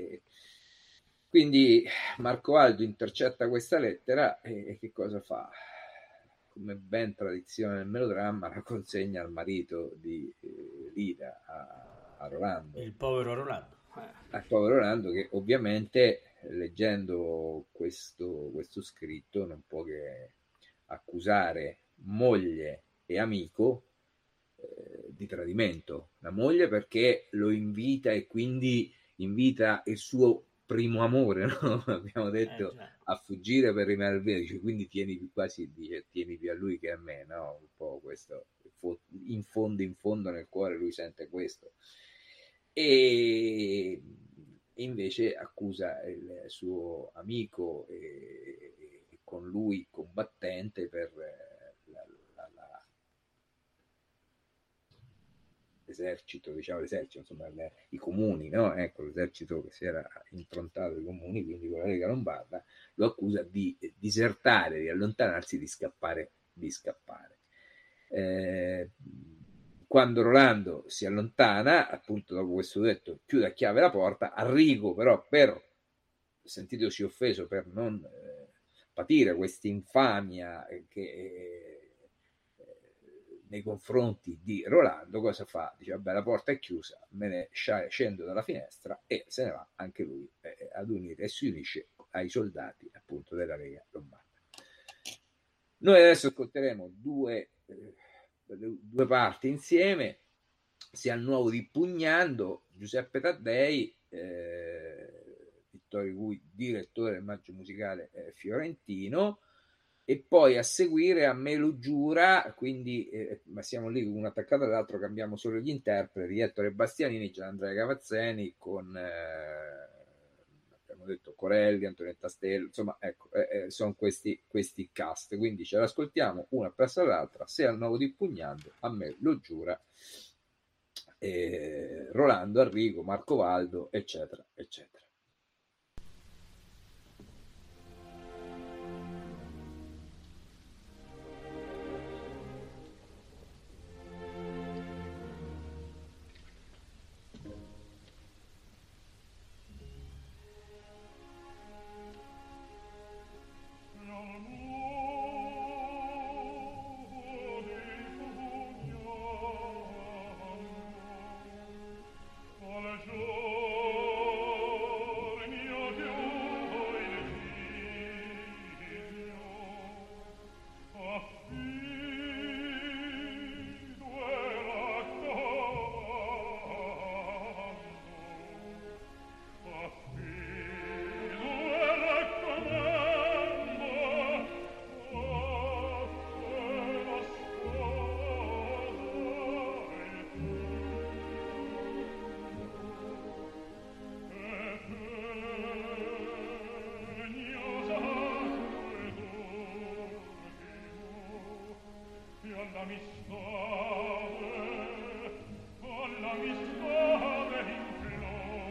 [SPEAKER 4] Quindi Marco Aldo intercetta questa lettera e che cosa fa? Come ben tradizione del melodramma, la consegna al marito di Lida, a Rolando.
[SPEAKER 3] Il povero Rolando.
[SPEAKER 4] Al povero Rolando, che ovviamente leggendo questo scritto non può che accusare moglie e amico di tradimento. La moglie perché lo invita e quindi invita il suo primo amore, no? Abbiamo detto, a fuggire per rimanere veri, quindi tieni più a lui che a me, no? Un po' questo, in fondo nel cuore lui sente questo. E invece accusa il suo amico e con lui combattente per l'esercito, insomma, i comuni, no? Ecco, l'esercito che si era improntato ai comuni, quindi con la Lega Lombarda, lo accusa di disertare, di allontanarsi, di scappare. Quando Rolando si allontana, appunto dopo questo detto, chiude a chiave la porta, Arrigo però, sentitosi offeso per non patire questa infamia nei confronti di Rolando, cosa fa? Dice, vabbè, la porta è chiusa, me ne scendo dalla finestra, e se ne va anche lui ad unire, e si unisce ai soldati appunto della Lega Lombarda. Noi adesso ascolteremo due parti insieme, sia il nuovo di Pugnando, Giuseppe Taddei, Vittorio Gui, direttore del Maggio Musicale fiorentino, e poi a seguire A me lo giura, quindi ma siamo lì uno attaccato all'altro, cambiamo solo gli interpreti, Ettore Bastianini, Gianandrea Cavazzeni, con abbiamo detto Corelli, Antonietta Stello, insomma, ecco, sono questi cast, quindi ce l'ascoltiamo una presso l'altra, se al nuovo di Pugnando, A me lo giura, Rolando, Arrigo, Marco Valdo, eccetera, eccetera.
[SPEAKER 1] Alla mistade in flor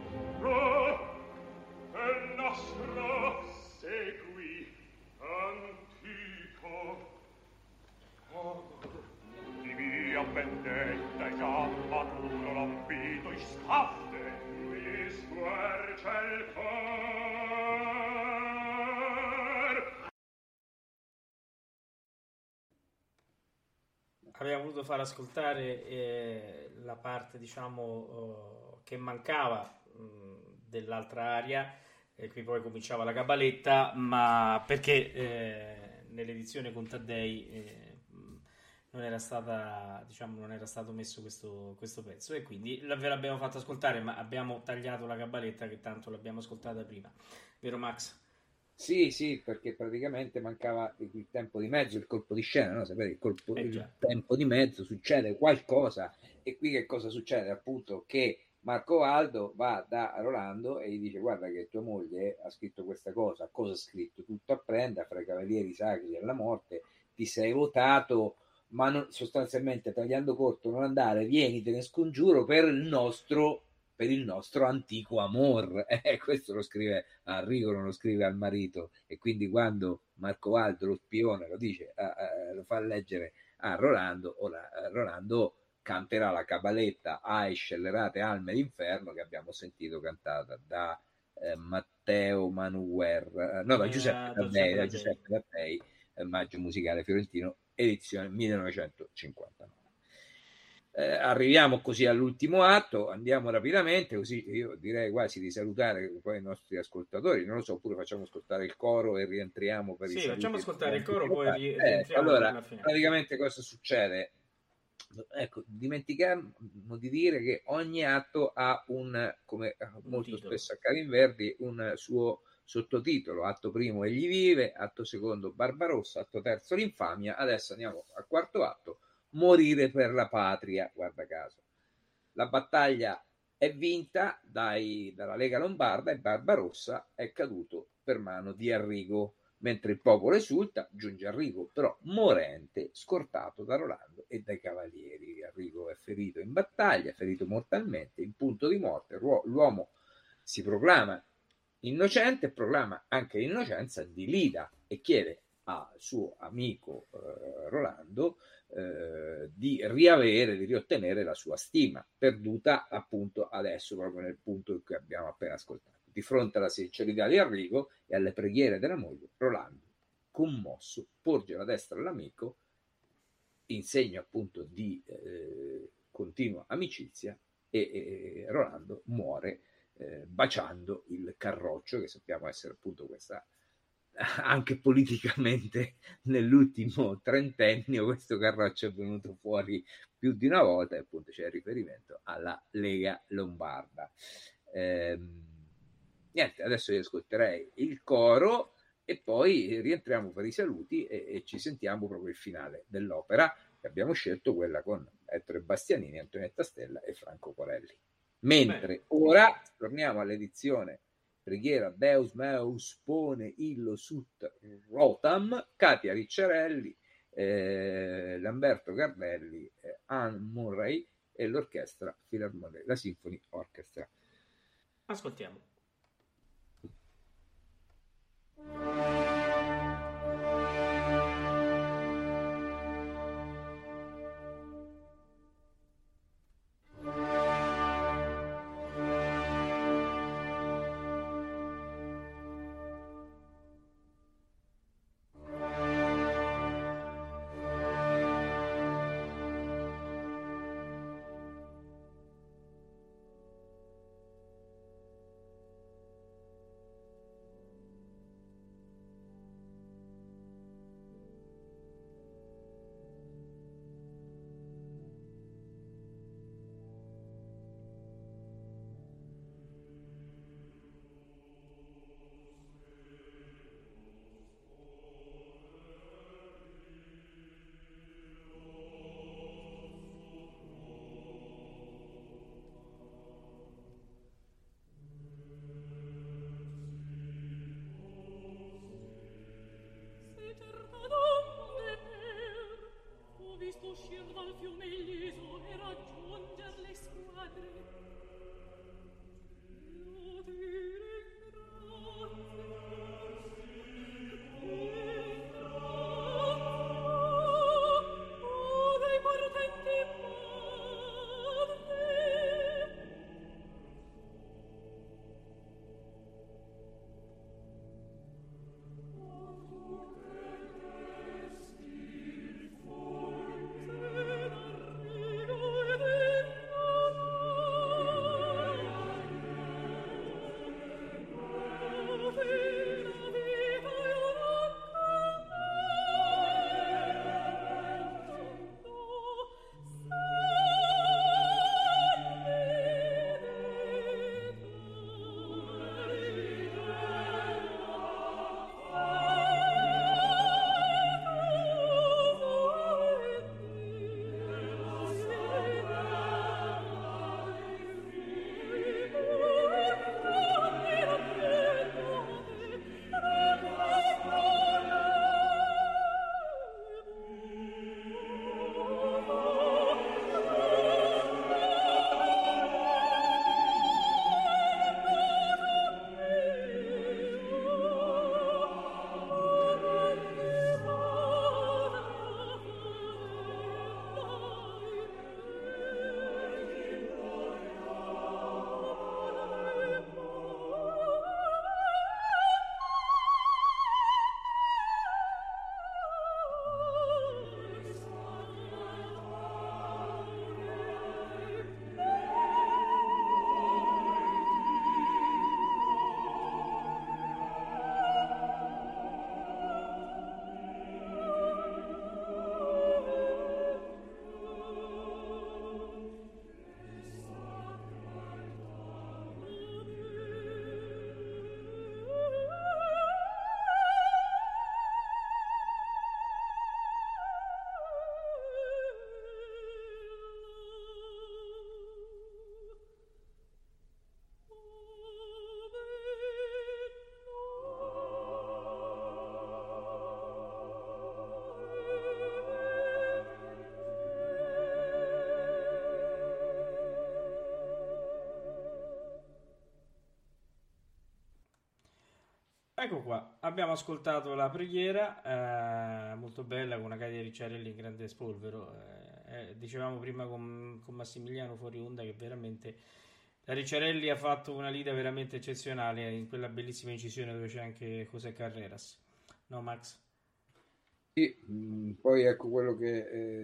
[SPEAKER 1] è nostro segui antico. Di mia vendetta è già maturo l'ambito i scafte, mi squarcia il cor.
[SPEAKER 3] Abbiamo voluto far ascoltare la parte, diciamo, che mancava dell'altra aria, qui poi cominciava la cabaletta, ma perché nell'edizione con Taddei non era stata, diciamo, non era stato messo questo pezzo, e quindi ve l'abbiamo fatto ascoltare, ma abbiamo tagliato la cabaletta che tanto l'abbiamo ascoltata prima, vero Max?
[SPEAKER 4] Sì, perché praticamente mancava il tempo di mezzo, il colpo di scena, no? Sapete, il tempo di mezzo, succede qualcosa, e qui che cosa succede? Appunto che Marco Valdo va da Rolando e gli dice: guarda che tua moglie ha scritto questa cosa. Cosa ha scritto? Tutto a prenda, fra i cavalieri sacri della morte, ti sei votato, ma non, sostanzialmente, tagliando corto, non andare, vieni, te ne scongiuro per il nostro antico amor. Questo lo scrive a Enrico, non lo scrive al marito, e quindi quando Marco Valdo, lo spione, lo dice, lo fa leggere a Rolando, ora Rolando canterà la cabaletta Ai scellerate alme d'inferno, che abbiamo sentito cantata da Matteo Manuer, no, da Giuseppe Taddei, Maggio musicale fiorentino, edizione 1959. Arriviamo così all'ultimo atto, andiamo rapidamente, così io direi quasi di salutare poi i nostri ascoltatori, non lo so, oppure facciamo ascoltare il coro e rientriamo per i saluti.
[SPEAKER 3] Facciamo ascoltare il coro, poi rientriamo.
[SPEAKER 4] Allora, praticamente cosa succede? Ecco, dimentichiamo di dire che ogni atto ha come molto spesso accade in Verdi, un suo sottotitolo. Atto primo Egli vive, atto secondo Barbarossa, atto terzo L'infamia. Adesso andiamo al quarto atto, Morire per la patria. Guarda caso, la battaglia è vinta dalla Lega Lombarda e Barbarossa è caduto per mano di Arrigo. Mentre il popolo esulta, giunge Arrigo però morente, scortato da Rolando e dai cavalieri. Arrigo è ferito in battaglia, ferito mortalmente. In punto di morte l'uomo si proclama innocente e proclama anche l'innocenza di Lida e chiede al suo amico Rolando di riottenere la sua stima, perduta appunto adesso, proprio nel punto in cui abbiamo appena ascoltato. Di fronte alla sincerità di Arrigo e alle preghiere della moglie, Rolando, commosso, porge la destra all'amico in segno appunto di continua amicizia, e Rolando muore baciando il carroccio, che sappiamo essere appunto questa, anche politicamente nell'ultimo trentennio questo carroccio è venuto fuori più di una volta, e appunto c'è il riferimento alla Lega Lombarda. Niente, adesso io ascolterei il coro e poi rientriamo per i saluti e ci sentiamo proprio il finale dell'opera che abbiamo scelto, quella con Ettore Bastianini, Antonietta Stella e Franco Corelli. Mentre ora torniamo all'edizione Preghiera Deus meus pone illo sut rotam, Katia Ricciarelli, Lamberto Gardelli, Anne Murray e l'orchestra Filarmonica, la Symphony Orchestra.
[SPEAKER 3] Ascoltiamo. Ecco qua, abbiamo ascoltato la preghiera, molto bella, con una Cadia Ricciarelli in grande spolvero. Dicevamo prima con Massimiliano fuori onda che veramente la Ricciarelli ha fatto una lida veramente eccezionale in quella bellissima incisione dove c'è anche José Carreras. No, Max?
[SPEAKER 4] Sì, poi ecco quello che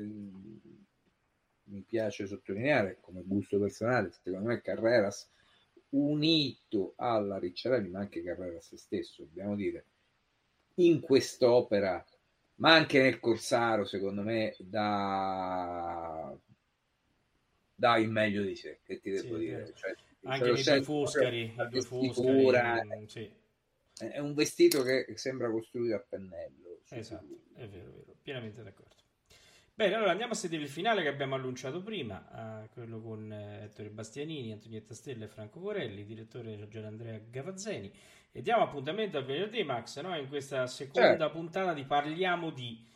[SPEAKER 4] mi piace sottolineare come gusto personale, secondo me Carreras unito alla Ricciarelli, ma anche Carreras stesso, dobbiamo dire, in quest'opera, ma anche nel Corsaro, secondo me dà il meglio di sé, che ti devo dire. Cioè,
[SPEAKER 3] anche nei due Foscari, sì.
[SPEAKER 4] È un vestito che sembra costruito a pennello.
[SPEAKER 3] Esatto, è vero, pienamente d'accordo. Bene, allora andiamo a sentire il finale che abbiamo annunciato prima, quello con Ettore Bastianini, Antonietta Stella e Franco Corelli, direttore Gianandrea Gavazzeni, e diamo appuntamento a venerdì, Max, no? In questa seconda puntata di Parliamo di...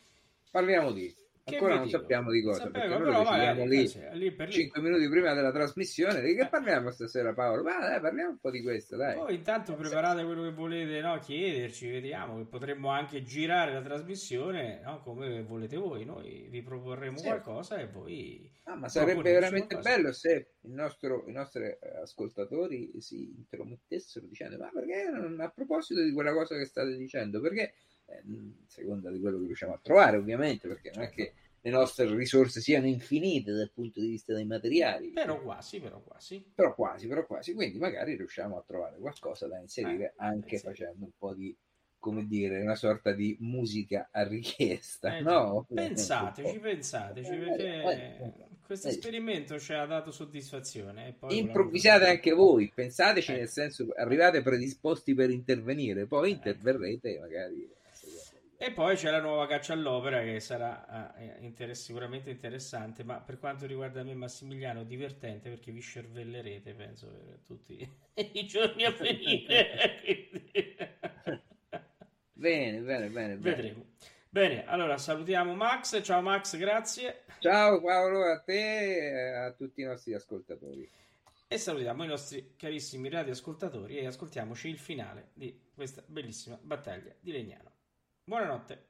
[SPEAKER 4] Ancora non sappiamo di cosa, perché noi decidiamo lì per 5 minuti prima della trasmissione. Di che parliamo stasera, Paolo? Ma dai, parliamo un po' di questo, dai.
[SPEAKER 3] Poi intanto preparate quello che volete, no, chiederci, vediamo che potremmo anche girare la trasmissione, no, come volete voi. Noi vi proporremo qualcosa e voi...
[SPEAKER 4] ma sarebbe veramente bello se i nostri ascoltatori si intromettessero dicendo: ma perché a proposito di quella cosa che state dicendo, perché seconda di quello che riusciamo a trovare, ovviamente, perché non è che le nostre risorse siano infinite dal punto di vista dei materiali,
[SPEAKER 3] però quasi,
[SPEAKER 4] quindi magari riusciamo a trovare qualcosa da inserire, anche facendo un po' di, come dire, una sorta di musica a richiesta, no?
[SPEAKER 3] Pensateci, perché questo esperimento ci ha dato soddisfazione. E poi
[SPEAKER 4] improvvisate anche voi, pensateci, nel senso, arrivate predisposti per intervenire, poi interverrete magari.
[SPEAKER 3] E poi c'è la nuova Caccia all'Opera che sarà sicuramente interessante, ma per quanto riguarda me, Massimiliano, divertente, perché vi scervellerete, penso, per tutti i giorni a venire.
[SPEAKER 4] Bene.
[SPEAKER 3] Vedremo. Bene, allora salutiamo Max. Ciao Max, grazie.
[SPEAKER 4] Ciao Paolo, a te e a tutti i nostri ascoltatori.
[SPEAKER 3] E salutiamo i nostri carissimi radioascoltatori e ascoltiamoci il finale di questa bellissima battaglia di Legnano. Buonanotte.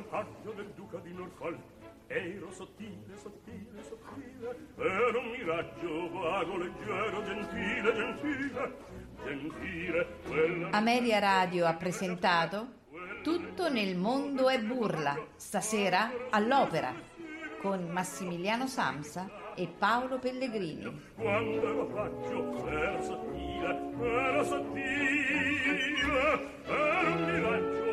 [SPEAKER 1] paggio del duca di Norfolk. Ero sottile, sottile, sottile, ero un miraggio vago, leggero, gentile, gentile, gentile.
[SPEAKER 2] Ameria Radio ha presentato Tutto nel mondo è burla, stasera all'Opera, con Massimiliano Samsa e Paolo Pellegrini.
[SPEAKER 1] Quando ero paggio, ero sottile, ero un miraggio